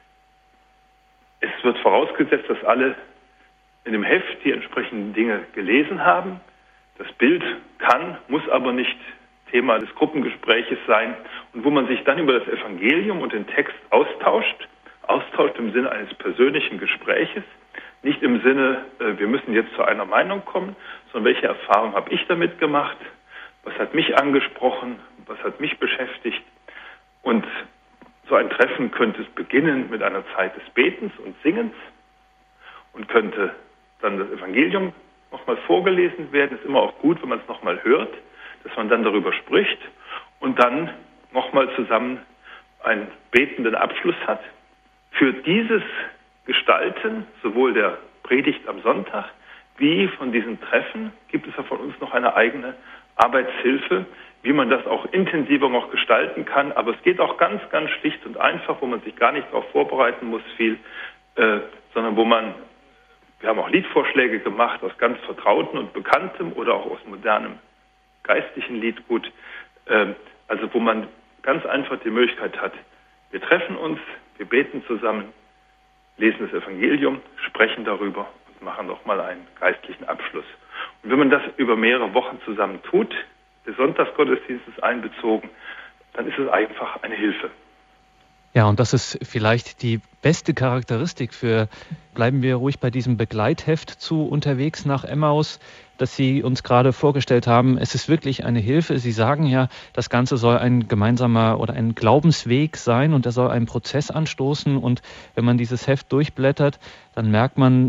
Es wird vorausgesetzt, dass alle in dem Heft die entsprechenden Dinge gelesen haben. Das Bild muss aber nicht Thema des Gruppengespräches sein und wo man sich dann über das Evangelium und den Text austauscht im Sinne eines persönlichen Gespräches, nicht im Sinne, wir müssen jetzt zu einer Meinung kommen, sondern welche Erfahrung habe ich damit gemacht, was hat mich angesprochen, was hat mich beschäftigt. Und so ein Treffen könnte es beginnen mit einer Zeit des Betens und Singens und könnte dann das Evangelium nochmal vorgelesen werden. Ist immer auch gut, wenn man es nochmal hört, dass man dann darüber spricht und dann nochmal zusammen einen betenden Abschluss hat. Für dieses Gestalten, sowohl der Predigt am Sonntag wie von diesen Treffen, gibt es ja von uns noch eine eigene Arbeitshilfe, wie man das auch intensiver noch gestalten kann. Aber es geht auch ganz, ganz schlicht und einfach, wo man sich gar nicht darauf vorbereiten muss viel, sondern wir haben auch Liedvorschläge gemacht aus ganz Vertrautem und Bekanntem oder auch aus modernem geistlichen Liedgut, also wo man ganz einfach die Möglichkeit hat, wir treffen uns, wir beten zusammen, lesen das Evangelium, sprechen darüber und machen nochmal einen geistlichen Abschluss. Und wenn man das über mehrere Wochen zusammen tut, der Sonntagsgottesdienst ist einbezogen, dann ist es einfach eine Hilfe. Ja, und das ist vielleicht die beste Charakteristik bleiben wir ruhig bei diesem Begleitheft zu unterwegs nach Emmaus, das Sie uns gerade vorgestellt haben. Es ist wirklich eine Hilfe. Sie sagen ja, das Ganze soll ein gemeinsamer oder ein Glaubensweg sein und er soll einen Prozess anstoßen. Und wenn man dieses Heft durchblättert, dann merkt man,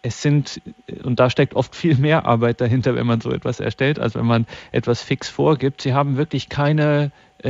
und da steckt oft viel mehr Arbeit dahinter, wenn man so etwas erstellt, als wenn man etwas fix vorgibt. Sie haben wirklich keine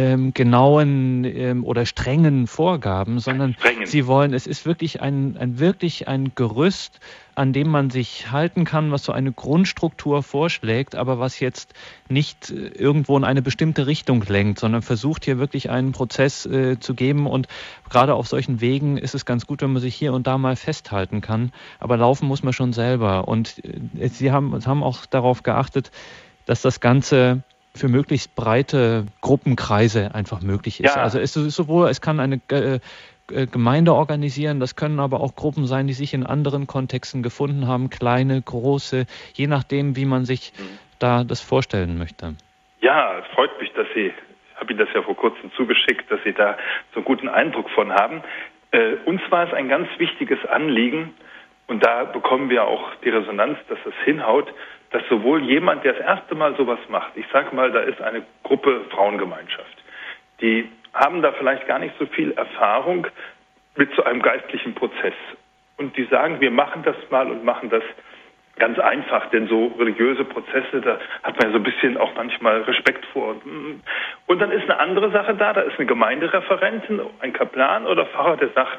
genauen oder strengen Vorgaben, sondern Sie wollen, es ist wirklich ein Gerüst, an dem man sich halten kann, was so eine Grundstruktur vorschlägt, aber was jetzt nicht irgendwo in eine bestimmte Richtung lenkt, sondern versucht hier wirklich einen Prozess zu geben. Und gerade auf solchen Wegen ist es ganz gut, wenn man sich hier und da mal festhalten kann. Aber laufen muss man schon selber. Und Sie haben auch darauf geachtet, dass das Ganze für möglichst breite Gruppenkreise einfach möglich ist. Ja. Also es kann eine Gemeinde organisieren, das können aber auch Gruppen sein, die sich in anderen Kontexten gefunden haben, kleine, große, je nachdem, wie man sich da das vorstellen möchte. Ja, es freut mich, ich habe Ihnen das ja vor kurzem zugeschickt, dass Sie da so einen guten Eindruck von haben. Uns war es ein ganz wichtiges Anliegen, und da bekommen wir auch die Resonanz, dass es hinhaut, dass sowohl jemand, der das erste Mal sowas macht, ich sage mal, da ist eine Gruppe Frauengemeinschaft, die haben da vielleicht gar nicht so viel Erfahrung mit so einem geistlichen Prozess. Und die sagen, wir machen das mal und machen das ganz einfach, denn so religiöse Prozesse, da hat man ja so ein bisschen auch manchmal Respekt vor. Und dann ist eine andere Sache da ist eine Gemeindereferentin, ein Kaplan oder Pfarrer, der sagt,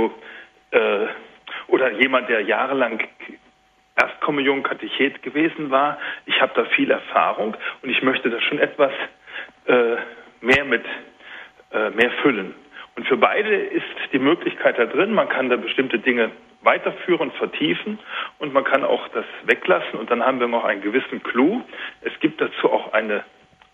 oder jemand, der jahrelang Erstkommunion, Katechet gewesen war, ich habe da viel Erfahrung und ich möchte das schon etwas mehr füllen. Und für beide ist die Möglichkeit da drin, man kann da bestimmte Dinge weiterführen, vertiefen und man kann auch das weglassen. Und dann haben wir noch einen gewissen Clou. Es gibt dazu auch eine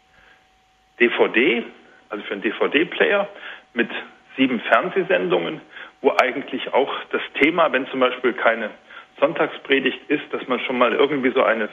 DVD, also für einen DVD-Player mit 7 Fernsehsendungen, wo eigentlich auch das Thema, wenn zum Beispiel keine Sonntagspredigt ist, dass man schon mal irgendwie so eine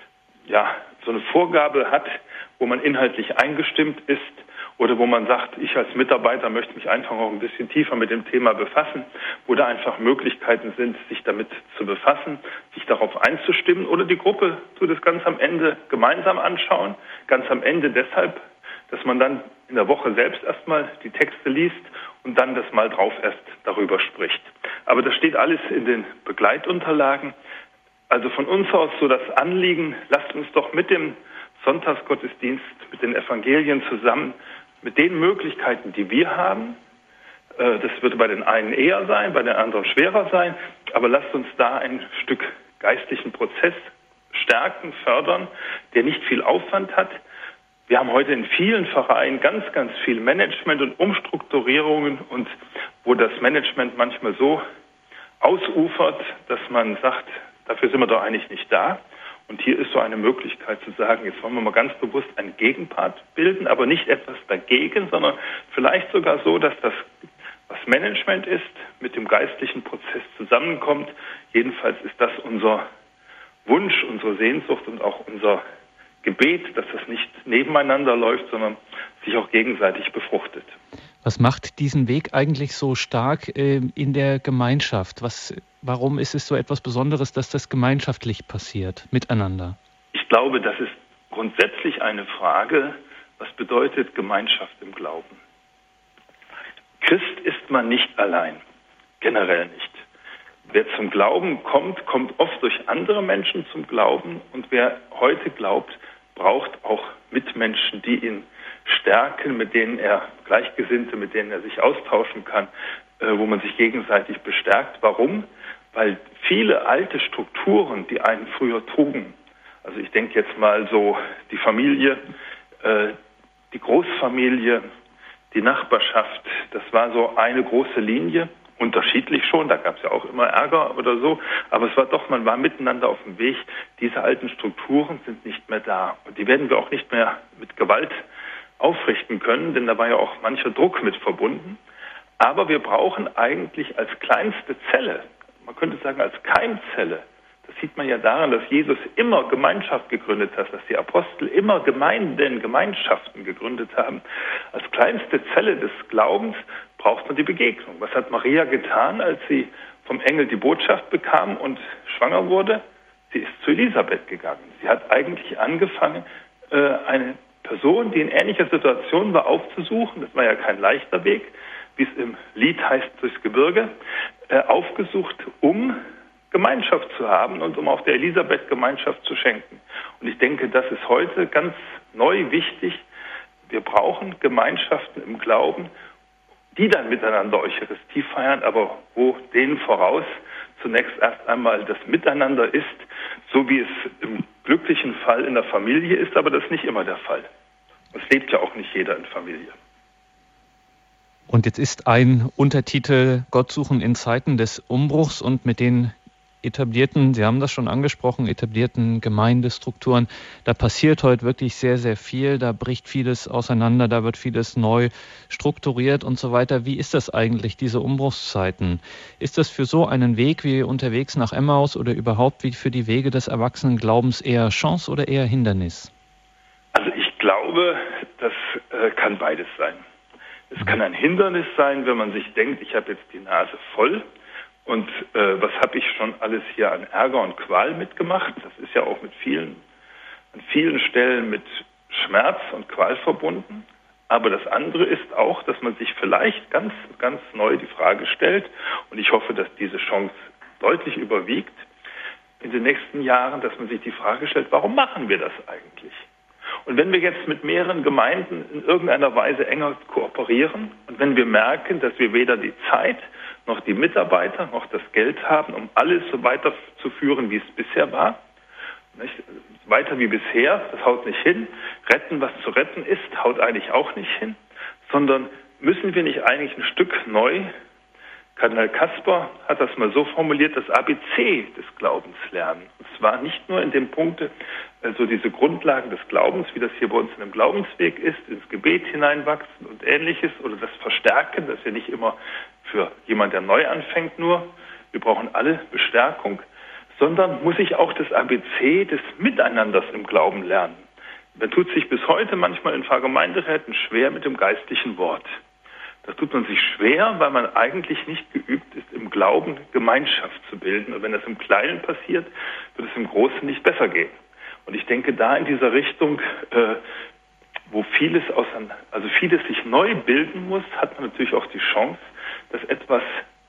Vorgabe hat, wo man inhaltlich eingestimmt ist oder wo man sagt, ich als Mitarbeiter möchte mich einfach auch ein bisschen tiefer mit dem Thema befassen, wo da einfach Möglichkeiten sind, sich damit zu befassen, sich darauf einzustimmen oder die Gruppe tut es ganz am Ende gemeinsam anschauen, ganz am Ende deshalb, dass man dann in der Woche selbst erstmal die Texte liest und dann das Mal drauf erst darüber spricht. Aber das steht alles in den Begleitunterlagen. Also von uns aus so das Anliegen, lasst uns doch mit dem Sonntagsgottesdienst, mit den Evangelien zusammen, mit den Möglichkeiten, die wir haben, das wird bei den einen eher sein, bei den anderen schwerer sein, aber lasst uns da ein Stück geistlichen Prozess stärken, fördern, der nicht viel Aufwand hat. Wir haben heute in vielen Vereinen ganz, ganz viel Management und Umstrukturierungen und wo das Management manchmal so ausufert, dass man sagt, dafür sind wir doch eigentlich nicht da. Und hier ist so eine Möglichkeit zu sagen, jetzt wollen wir mal ganz bewusst einen Gegenpart bilden, aber nicht etwas dagegen, sondern vielleicht sogar so, dass das, was Management ist, mit dem geistlichen Prozess zusammenkommt. Jedenfalls ist das unser Wunsch, unsere Sehnsucht und auch unser Gebet, dass das nicht nebeneinander läuft, sondern sich auch gegenseitig befruchtet. Was macht diesen Weg eigentlich so stark in der Gemeinschaft? Warum ist es so etwas Besonderes, dass das gemeinschaftlich passiert, miteinander? Ich glaube, das ist grundsätzlich eine Frage, was bedeutet Gemeinschaft im Glauben? Christ ist man nicht allein, generell nicht. Wer zum Glauben kommt, kommt oft durch andere Menschen zum Glauben und wer heute glaubt, braucht auch Mitmenschen, die ihn stärken, mit denen er Gleichgesinnte, mit denen er sich austauschen kann, wo man sich gegenseitig bestärkt. Warum? Weil viele alte Strukturen, die einen früher trugen, also ich denke jetzt mal so die Familie, die Großfamilie, die Nachbarschaft, das war so eine große Linie, unterschiedlich schon, da gab es ja auch immer Ärger oder so, aber es war doch, man war miteinander auf dem Weg. Diese alten Strukturen sind nicht mehr da und die werden wir auch nicht mehr mit Gewalt aufrichten können, denn da war ja auch mancher Druck mit verbunden. Aber wir brauchen eigentlich als kleinste Zelle, man könnte sagen als Keimzelle, das sieht man ja daran, dass Jesus immer Gemeinschaft gegründet hat, dass die Apostel immer Gemeinden, Gemeinschaften gegründet haben. Als kleinste Zelle des Glaubens braucht man die Begegnung. Was hat Maria getan, als sie vom Engel die Botschaft bekam und schwanger wurde? Sie ist zu Elisabeth gegangen. Sie hat eigentlich angefangen, eine Person, die in ähnlicher Situation war, aufzusuchen. Das war ja kein leichter Weg, wie es im Lied heißt, durchs Gebirge, aufgesucht, um Gemeinschaft zu haben und um auch der Elisabeth Gemeinschaft zu schenken. Und ich denke, das ist heute ganz neu wichtig. Wir brauchen Gemeinschaften im Glauben, die dann miteinander Eucharistie feiern, aber wo denen voraus zunächst erst einmal das Miteinander ist, so wie es im glücklichen Fall in der Familie ist, aber das ist nicht immer der Fall. Es lebt ja auch nicht jeder in Familie. Und jetzt ist ein Untertitel Gott suchen in Zeiten des Umbruchs und mit den etablierten, Sie haben das schon angesprochen, etablierten Gemeindestrukturen, da passiert heute wirklich sehr, sehr viel, da bricht vieles auseinander, da wird vieles neu strukturiert und so weiter. Wie ist das eigentlich, diese Umbruchszeiten? Ist das für so einen Weg wie unterwegs nach Emmaus oder überhaupt wie für die Wege des Erwachsenenglaubens eher Chance oder eher Hindernis? Also ich glaube, das kann beides sein. Es kann ein Hindernis sein, wenn man sich denkt, ich habe jetzt die Nase voll. Und was habe ich schon alles hier an Ärger und Qual mitgemacht? Das ist ja auch an vielen Stellen mit Schmerz und Qual verbunden. Aber das andere ist auch, dass man sich vielleicht ganz, ganz neu die Frage stellt, und ich hoffe, dass diese Chance deutlich überwiegt in den nächsten Jahren, dass man sich die Frage stellt, warum machen wir das eigentlich? Und wenn wir jetzt mit mehreren Gemeinden in irgendeiner Weise enger kooperieren und wenn wir merken, dass wir weder die Zeit noch die Mitarbeiter noch das Geld haben, um alles so weiterzuführen, wie es bisher war, nicht? Weiter wie bisher, das haut nicht hin. Retten, was zu retten ist, haut eigentlich auch nicht hin, sondern müssen wir nicht eigentlich ein Stück neu, Kardinal Kasper hat das mal so formuliert, das ABC des Glaubens lernen. Und zwar nicht nur in dem Punkte, also diese Grundlagen des Glaubens, wie das hier bei uns in einem Glaubensweg ist, ins Gebet hineinwachsen und Ähnliches, oder das Verstärken, das ist ja nicht immer für jemand, der neu anfängt nur, wir brauchen alle Bestärkung, sondern muss ich auch das ABC des Miteinanders im Glauben lernen. Man tut sich bis heute manchmal in Pfarrgemeinderäten schwer mit dem geistlichen Wort. Da tut man sich schwer, weil man eigentlich nicht geübt ist, im Glauben Gemeinschaft zu bilden. Und wenn das im Kleinen passiert, wird es im Großen nicht besser gehen. Und ich denke, da in dieser Richtung, wo vieles sich neu bilden muss, hat man natürlich auch die Chance, dass etwas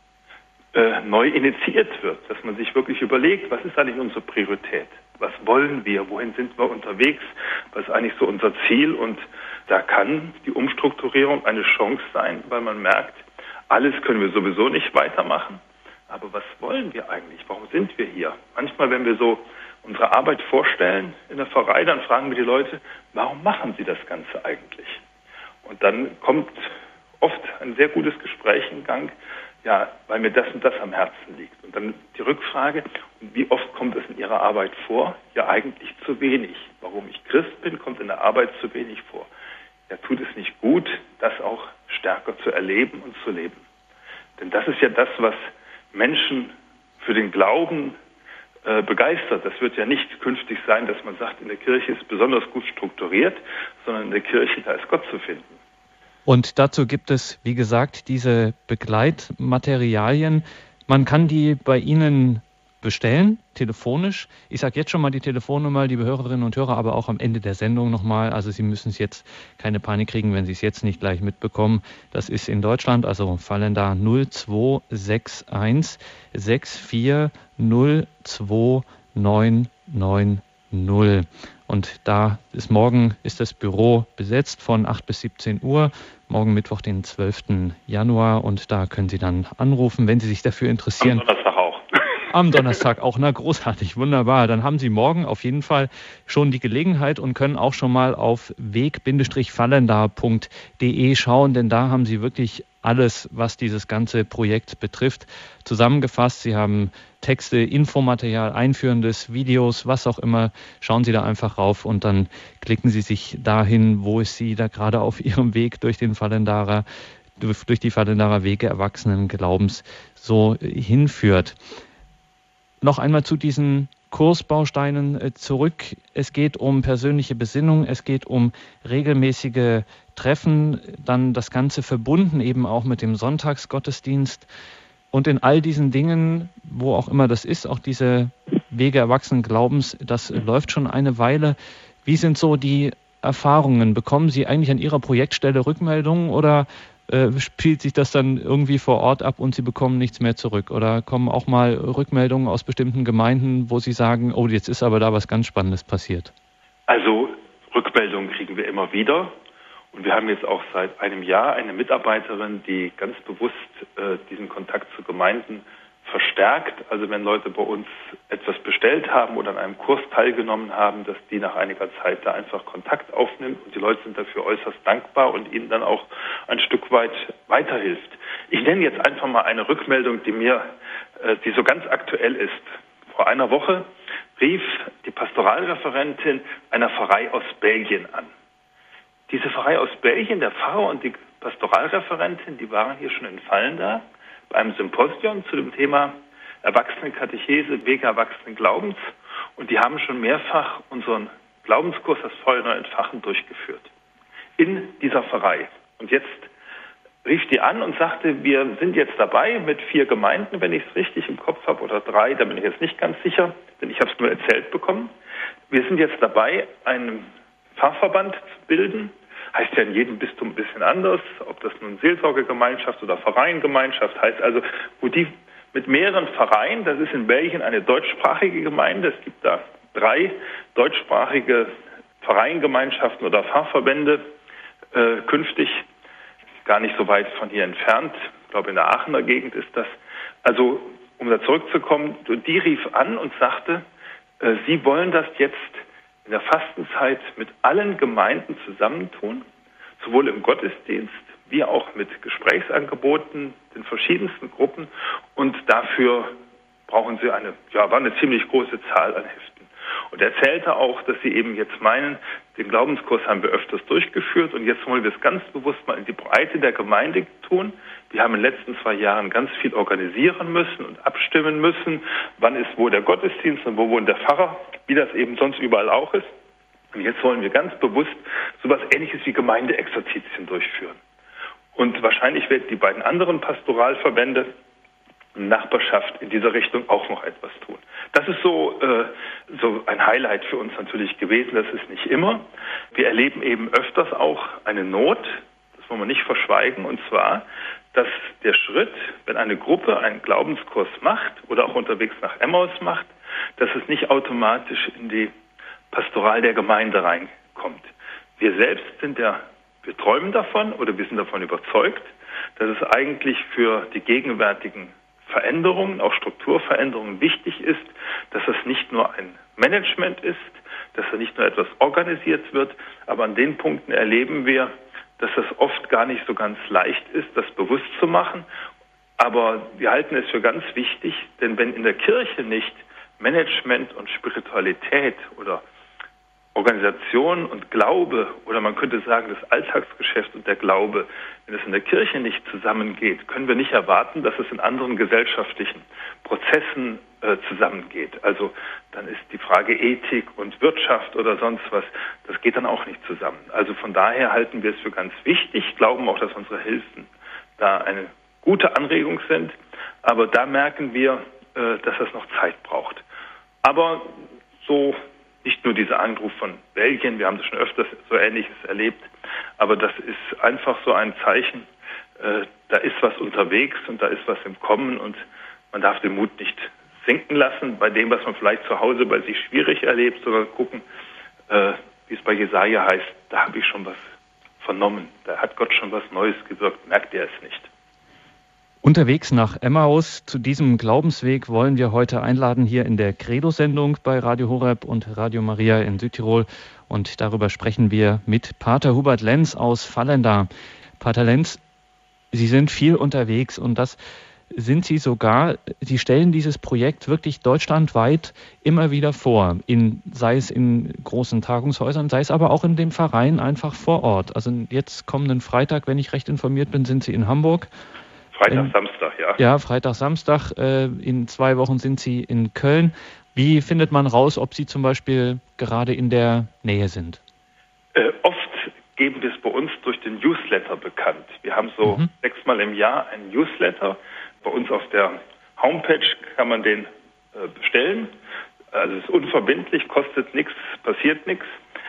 neu initiiert wird, dass man sich wirklich überlegt, was ist eigentlich unsere Priorität? Was wollen wir? Wohin sind wir unterwegs? Was ist eigentlich so unser Ziel? Und da kann die Umstrukturierung eine Chance sein, weil man merkt, alles können wir sowieso nicht weitermachen. Aber was wollen wir eigentlich? Warum sind wir hier? Manchmal, wenn wir so unsere Arbeit vorstellen in der Pfarrei, dann fragen wir die Leute, warum machen sie das Ganze eigentlich? Und dann kommt oft ein sehr gutes Gespräch in Gang, ja, weil mir das und das am Herzen liegt. Und dann die Rückfrage, wie oft kommt es in Ihrer Arbeit vor? Ja, eigentlich zu wenig. Warum ich Christ bin, kommt in der Arbeit zu wenig vor. Ja, tut es nicht gut, das auch stärker zu erleben und zu leben. Denn das ist ja das, was Menschen für den Glauben begeistert. Das wird ja nicht künftig sein, dass man sagt, in der Kirche ist besonders gut strukturiert, sondern in der Kirche, da ist Gott zu finden. Und dazu gibt es, wie gesagt, diese Begleitmaterialien. Man kann die bei Ihnen bestellen, telefonisch. Ich sage jetzt schon mal die Telefonnummer, liebe Hörerinnen und Hörer, aber auch am Ende der Sendung nochmal. Also Sie müssen es jetzt keine Panik kriegen, wenn Sie es jetzt nicht gleich mitbekommen. Das ist in Deutschland, also fallen da 0261 64 02990. Und da ist morgen das Büro besetzt von 8 bis 17 Uhr, morgen Mittwoch, den 12. Januar. Und da können Sie dann anrufen, wenn Sie sich dafür interessieren. Am Donnerstag auch. Am Donnerstag auch, na großartig, wunderbar. Dann haben Sie morgen auf jeden Fall schon die Gelegenheit und können auch schon mal auf weg-fallendar.de schauen, denn da haben Sie wirklich alles, was dieses ganze Projekt betrifft, zusammengefasst. Sie haben Texte, Infomaterial, einführendes, Videos, was auch immer. Schauen Sie da einfach rauf und dann klicken Sie sich dahin, wo es Sie da gerade auf Ihrem Weg durch die Fallendarer Wege erwachsenen Glaubens so hinführt. Noch einmal zu diesen Kursbausteinen zurück. Es geht um persönliche Besinnung, es geht um regelmäßige Treffen, dann das Ganze verbunden eben auch mit dem Sonntagsgottesdienst. Und in all diesen Dingen, wo auch immer das ist, auch diese Wege erwachsenen Glaubens, das läuft schon eine Weile. Wie sind so die Erfahrungen? Bekommen Sie eigentlich an Ihrer Projektstelle Rückmeldungen oder spielt sich das dann irgendwie vor Ort ab und Sie bekommen nichts mehr zurück? Oder kommen auch mal Rückmeldungen aus bestimmten Gemeinden, wo Sie sagen, oh, jetzt ist aber da was ganz Spannendes passiert? Also Rückmeldungen kriegen wir immer wieder. Und wir haben jetzt auch seit einem Jahr eine Mitarbeiterin, die ganz bewusst diesen Kontakt zu Gemeinden verstärkt. Also wenn Leute bei uns etwas bestellt haben oder an einem Kurs teilgenommen haben, dass die nach einiger Zeit da einfach Kontakt aufnimmt und die Leute sind dafür äußerst dankbar und ihnen dann auch ein Stück weit weiterhilft. Ich nenne jetzt einfach mal eine Rückmeldung, die so ganz aktuell ist. Vor einer Woche rief die Pastoralreferentin einer Pfarrei aus Belgien an. Diese Pfarrei aus Belgien, der Pfarrer und die Pastoralreferentin, die waren hier schon in Fallendar bei einem Symposium zu dem Thema Erwachsenenkatechese, Wege erwachsenen Glaubens. Und die haben schon mehrfach unseren Glaubenskurs, das Feuer neu entfachen, durchgeführt. In dieser Pfarrei. Und jetzt rief die an und sagte, wir sind jetzt dabei mit 4 Gemeinden, wenn ich es richtig im Kopf habe, oder 3, da bin ich jetzt nicht ganz sicher, denn ich habe es nur erzählt bekommen. Wir sind jetzt dabei, einen Pfarrverband zu bilden. Heißt ja in jedem Bistum ein bisschen anders, ob das nun Seelsorgegemeinschaft oder Vereingemeinschaft heißt. Also wo die mit mehreren Vereinen, das ist in Belgien eine deutschsprachige Gemeinde, es gibt da 3 deutschsprachige Vereingemeinschaften oder Pfarrverbände künftig, gar nicht so weit von hier entfernt, ich glaube in der Aachener Gegend ist das. Also um da zurückzukommen, die rief an und sagte, sie wollen das jetzt in der Fastenzeit mit allen Gemeinden zusammentun, sowohl im Gottesdienst wie auch mit Gesprächsangeboten, den verschiedensten Gruppen. Und dafür brauchen sie war eine ziemlich große Zahl an Heften. Und er erzählte auch, dass sie eben jetzt meinen, den Glaubenskurs haben wir öfters durchgeführt und jetzt wollen wir es ganz bewusst mal in die Breite der Gemeinde tun. Wir haben in den letzten 2 Jahren ganz viel organisieren müssen und abstimmen müssen, wann ist wo der Gottesdienst und wo wohnt der Pfarrer, wie das eben sonst überall auch ist. Und jetzt wollen wir ganz bewusst sowas Ähnliches wie Gemeindeexerzitien durchführen. Und wahrscheinlich werden die beiden anderen Pastoralverbände Nachbarschaft in dieser Richtung auch noch etwas tun. Das ist so ein Highlight für uns natürlich gewesen. Das ist nicht immer. Wir erleben eben öfters auch eine Not, das wollen wir nicht verschweigen, und zwar, dass der Schritt, wenn eine Gruppe einen Glaubenskurs macht oder auch unterwegs nach Emmaus macht, dass es nicht automatisch in die Pastoral der Gemeinde reinkommt. Wir selbst wir träumen davon oder wir sind davon überzeugt, dass es eigentlich für die gegenwärtigen Veränderungen, auch Strukturveränderungen wichtig ist, dass das nicht nur ein Management ist, dass da nicht nur etwas organisiert wird, aber an den Punkten erleben wir, dass das oft gar nicht so ganz leicht ist, das bewusst zu machen. Aber wir halten es für ganz wichtig, denn wenn in der Kirche nicht Management und Spiritualität oder Organisation und Glaube, oder man könnte sagen, das Alltagsgeschäft und der Glaube, wenn es in der Kirche nicht zusammengeht, können wir nicht erwarten, dass es in anderen gesellschaftlichen Prozessen zusammengeht. Also dann ist die Frage Ethik und Wirtschaft oder sonst was, das geht dann auch nicht zusammen. Also von daher halten wir es für ganz wichtig, glauben auch, dass unsere Hilfen da eine gute Anregung sind, aber da merken wir, dass das noch Zeit braucht. Aber so nicht nur dieser Anruf von Belgien, wir haben das schon öfters so Ähnliches erlebt, aber das ist einfach so ein Zeichen, da ist was unterwegs und da ist was im Kommen und man darf den Mut nicht sinken lassen bei dem, was man vielleicht zu Hause bei sich schwierig erlebt, sondern gucken, wie es bei Jesaja heißt, da habe ich schon was vernommen, da hat Gott schon was Neues gewirkt, merkt er es nicht. Unterwegs nach Emmaus, zu diesem Glaubensweg wollen wir heute einladen hier in der Credo-Sendung bei Radio Horeb und Radio Maria in Südtirol. Und darüber sprechen wir mit Pater Hubert Lenz aus Vallendar. Pater Lenz, Sie sind viel unterwegs und das sind Sie sogar, Sie stellen dieses Projekt wirklich deutschlandweit immer wieder vor, sei es in großen Tagungshäusern, sei es aber auch in dem Verein einfach vor Ort. Also jetzt kommenden Freitag, wenn ich recht informiert bin, sind Sie in Hamburg. Freitag, Samstag, ja. Ja, Freitag, Samstag. In 2 Wochen sind Sie in Köln. Wie findet man raus, ob Sie zum Beispiel gerade in der Nähe sind? Oft geben wir es bei uns durch den Newsletter bekannt. Wir haben so 6-mal im Jahr einen Newsletter. Bei uns auf der Homepage kann man den bestellen. Also es ist unverbindlich, kostet nichts, passiert nichts.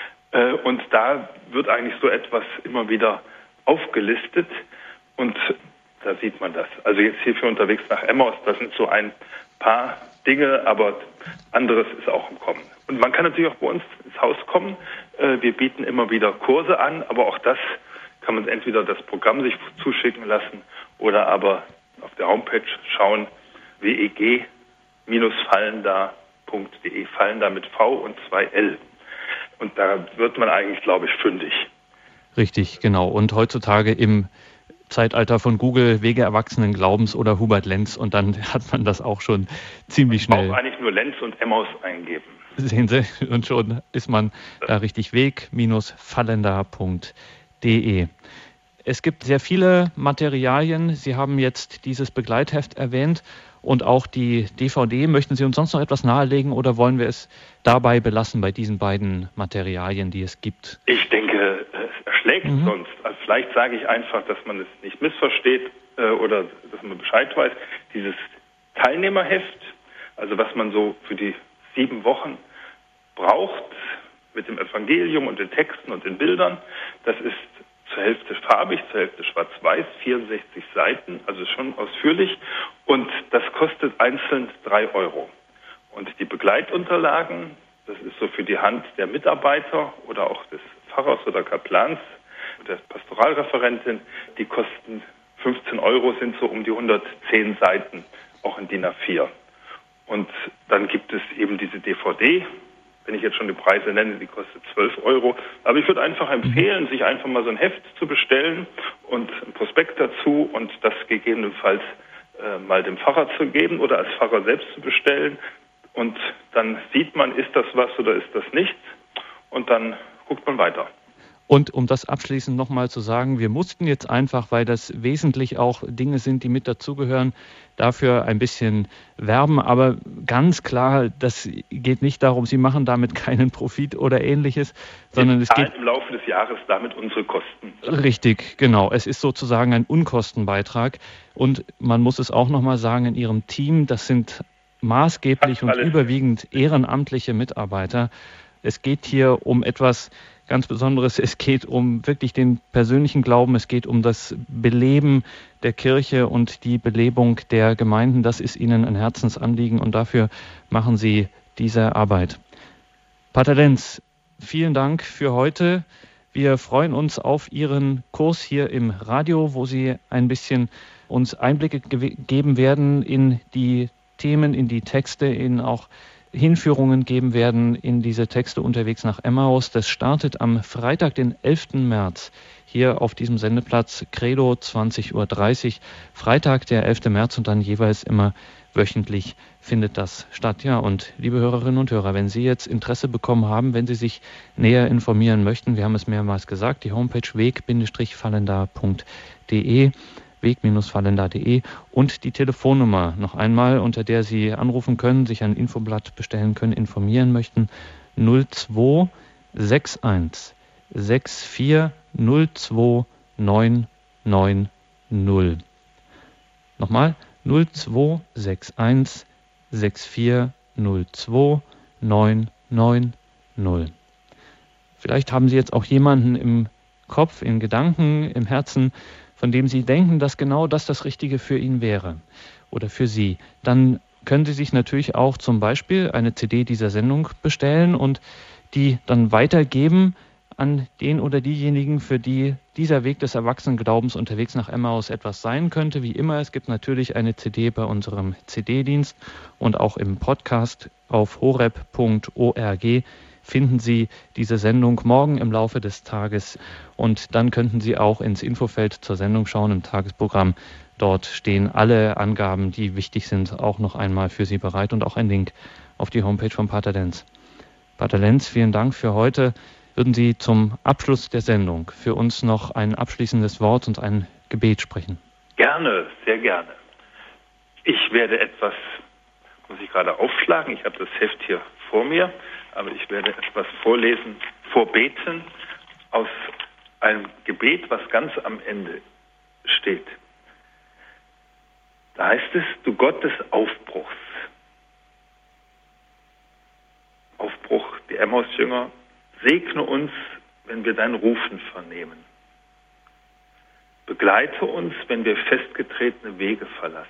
Und da wird eigentlich so etwas immer wieder aufgelistet. Und da sieht man das. Also jetzt hier für unterwegs nach Emmaus, das sind so ein paar Dinge, aber anderes ist auch im Kommen. Und man kann natürlich auch bei uns ins Haus kommen. Wir bieten immer wieder Kurse an, aber auch das kann man entweder das Programm sich zuschicken lassen oder aber auf der Homepage schauen, weg-fallendar.de, Fallendar mit V und 2 L. Und da wird man eigentlich, glaube ich, fündig. Richtig, genau. Und heutzutage im Zeitalter von Google, Wege erwachsenen Glaubens oder Hubert Lenz und dann hat man das auch schon ziemlich schnell. Auch eigentlich nur Lenz und Emmaus eingeben. Sehen Sie, und schon ist man da richtig, weg-fallendar.de. Es gibt sehr viele Materialien. Sie haben jetzt dieses Begleitheft erwähnt und auch die DVD. Möchten Sie uns sonst noch etwas nahelegen oder wollen wir es dabei belassen bei diesen beiden Materialien, die es gibt? Ich denke, es erschlägt sonst. Also vielleicht sage ich einfach, dass man es nicht missversteht oder dass man Bescheid weiß. Dieses Teilnehmerheft, also was man so für die 7 Wochen braucht, mit dem Evangelium und den Texten und den Bildern, das ist zur Hälfte farbig, zur Hälfte schwarz-weiß, 64 Seiten, also schon ausführlich. Und das kostet einzeln 3 €. Und die Begleitunterlagen, das ist so für die Hand der Mitarbeiter oder auch des Pfarrers oder Kaplans, der Pastoralreferentin, die kosten 15 €, sind so um die 110 Seiten, auch in DIN A4. Und dann gibt es eben diese DVD, wenn ich jetzt schon die Preise nenne, die kostet 12 €. Aber ich würde einfach empfehlen, sich einfach mal so ein Heft zu bestellen und ein Prospekt dazu und das gegebenenfalls mal dem Pfarrer zu geben oder als Pfarrer selbst zu bestellen. Und dann sieht man, ist das was oder ist das nichts? Und dann guckt man weiter. Und um das abschließend nochmal zu sagen, wir mussten jetzt einfach, weil das wesentlich auch Dinge sind, die mit dazugehören, dafür ein bisschen werben. Aber ganz klar, das geht nicht darum, Sie machen damit keinen Profit oder Ähnliches, sondern es geht im Laufe des Jahres damit unsere Kosten. Richtig, genau. Es ist sozusagen ein Unkostenbeitrag. Und man muss es auch nochmal sagen, in Ihrem Team, das sind maßgeblich und überwiegend ehrenamtliche Mitarbeiter. Es geht hier um etwas ganz Besonderes. Es geht um wirklich den persönlichen Glauben. Es geht um das Beleben der Kirche und die Belebung der Gemeinden. Das ist Ihnen ein Herzensanliegen und dafür machen Sie diese Arbeit. Pater Lenz, vielen Dank für heute. Wir freuen uns auf Ihren Kurs hier im Radio, wo Sie ein bisschen uns Einblicke geben werden in die Themen, in die Texte, in auch Hinführungen geben werden in diese Texte unterwegs nach Emmaus. Das startet am Freitag, den 11. März, hier auf diesem Sendeplatz Credo 20:30 Uhr. Freitag, der 11. März und dann jeweils immer wöchentlich findet das statt. Ja, und liebe Hörerinnen und Hörer, wenn Sie jetzt Interesse bekommen haben, wenn Sie sich näher informieren möchten, wir haben es mehrmals gesagt, die Homepage weg-fallenda.de, weg-fallenda.de und die Telefonnummer noch einmal, unter der Sie anrufen können, sich ein Infoblatt bestellen können, informieren möchten, 0261 64 02 990. Nochmal 0261 64 02 990. Vielleicht haben Sie jetzt auch jemanden im Kopf, in Gedanken, im Herzen, von dem Sie denken, dass genau das Richtige für ihn wäre oder für Sie. Dann können Sie sich natürlich auch zum Beispiel eine CD dieser Sendung bestellen und die dann weitergeben an den oder diejenigen, für die dieser Weg des Erwachsenenglaubens unterwegs nach Emmaus etwas sein könnte. Wie immer, es gibt natürlich eine CD bei unserem CD-Dienst und auch im Podcast auf horeb.org finden Sie diese Sendung morgen im Laufe des Tages und dann könnten Sie auch ins Infofeld zur Sendung schauen im Tagesprogramm. Dort stehen alle Angaben, die wichtig sind, auch noch einmal für Sie bereit und auch ein Link auf die Homepage von Pater Lenz. Pater Lenz, vielen Dank für heute. Würden Sie zum Abschluss der Sendung für uns noch ein abschließendes Wort und ein Gebet sprechen? Gerne, sehr gerne. Ich werde etwas, muss ich gerade aufschlagen, ich habe das Heft hier vor mir, aber ich werde etwas vorbeten aus einem Gebet, was ganz am Ende steht. Da heißt es, du Gott des Aufbruchs. Aufbruch, die Emmaus-Jünger, segne uns, wenn wir dein Rufen vernehmen. Begleite uns, wenn wir festgetretene Wege verlassen.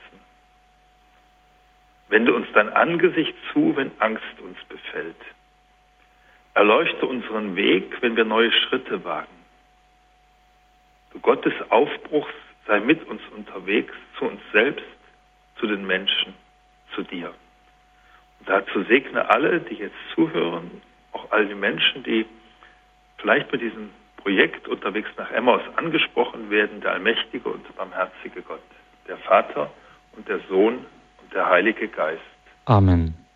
Wende uns dein Angesicht zu, wenn Angst uns befällt. Erleuchte unseren Weg, wenn wir neue Schritte wagen. Du Gott des Aufbruchs, sei mit uns unterwegs, zu uns selbst, zu den Menschen, zu dir. Und dazu segne alle, die jetzt zuhören, auch all die Menschen, die vielleicht mit diesem Projekt unterwegs nach Emmaus angesprochen werden, der allmächtige und barmherzige Gott, der Vater und der Sohn und der Heilige Geist. Amen.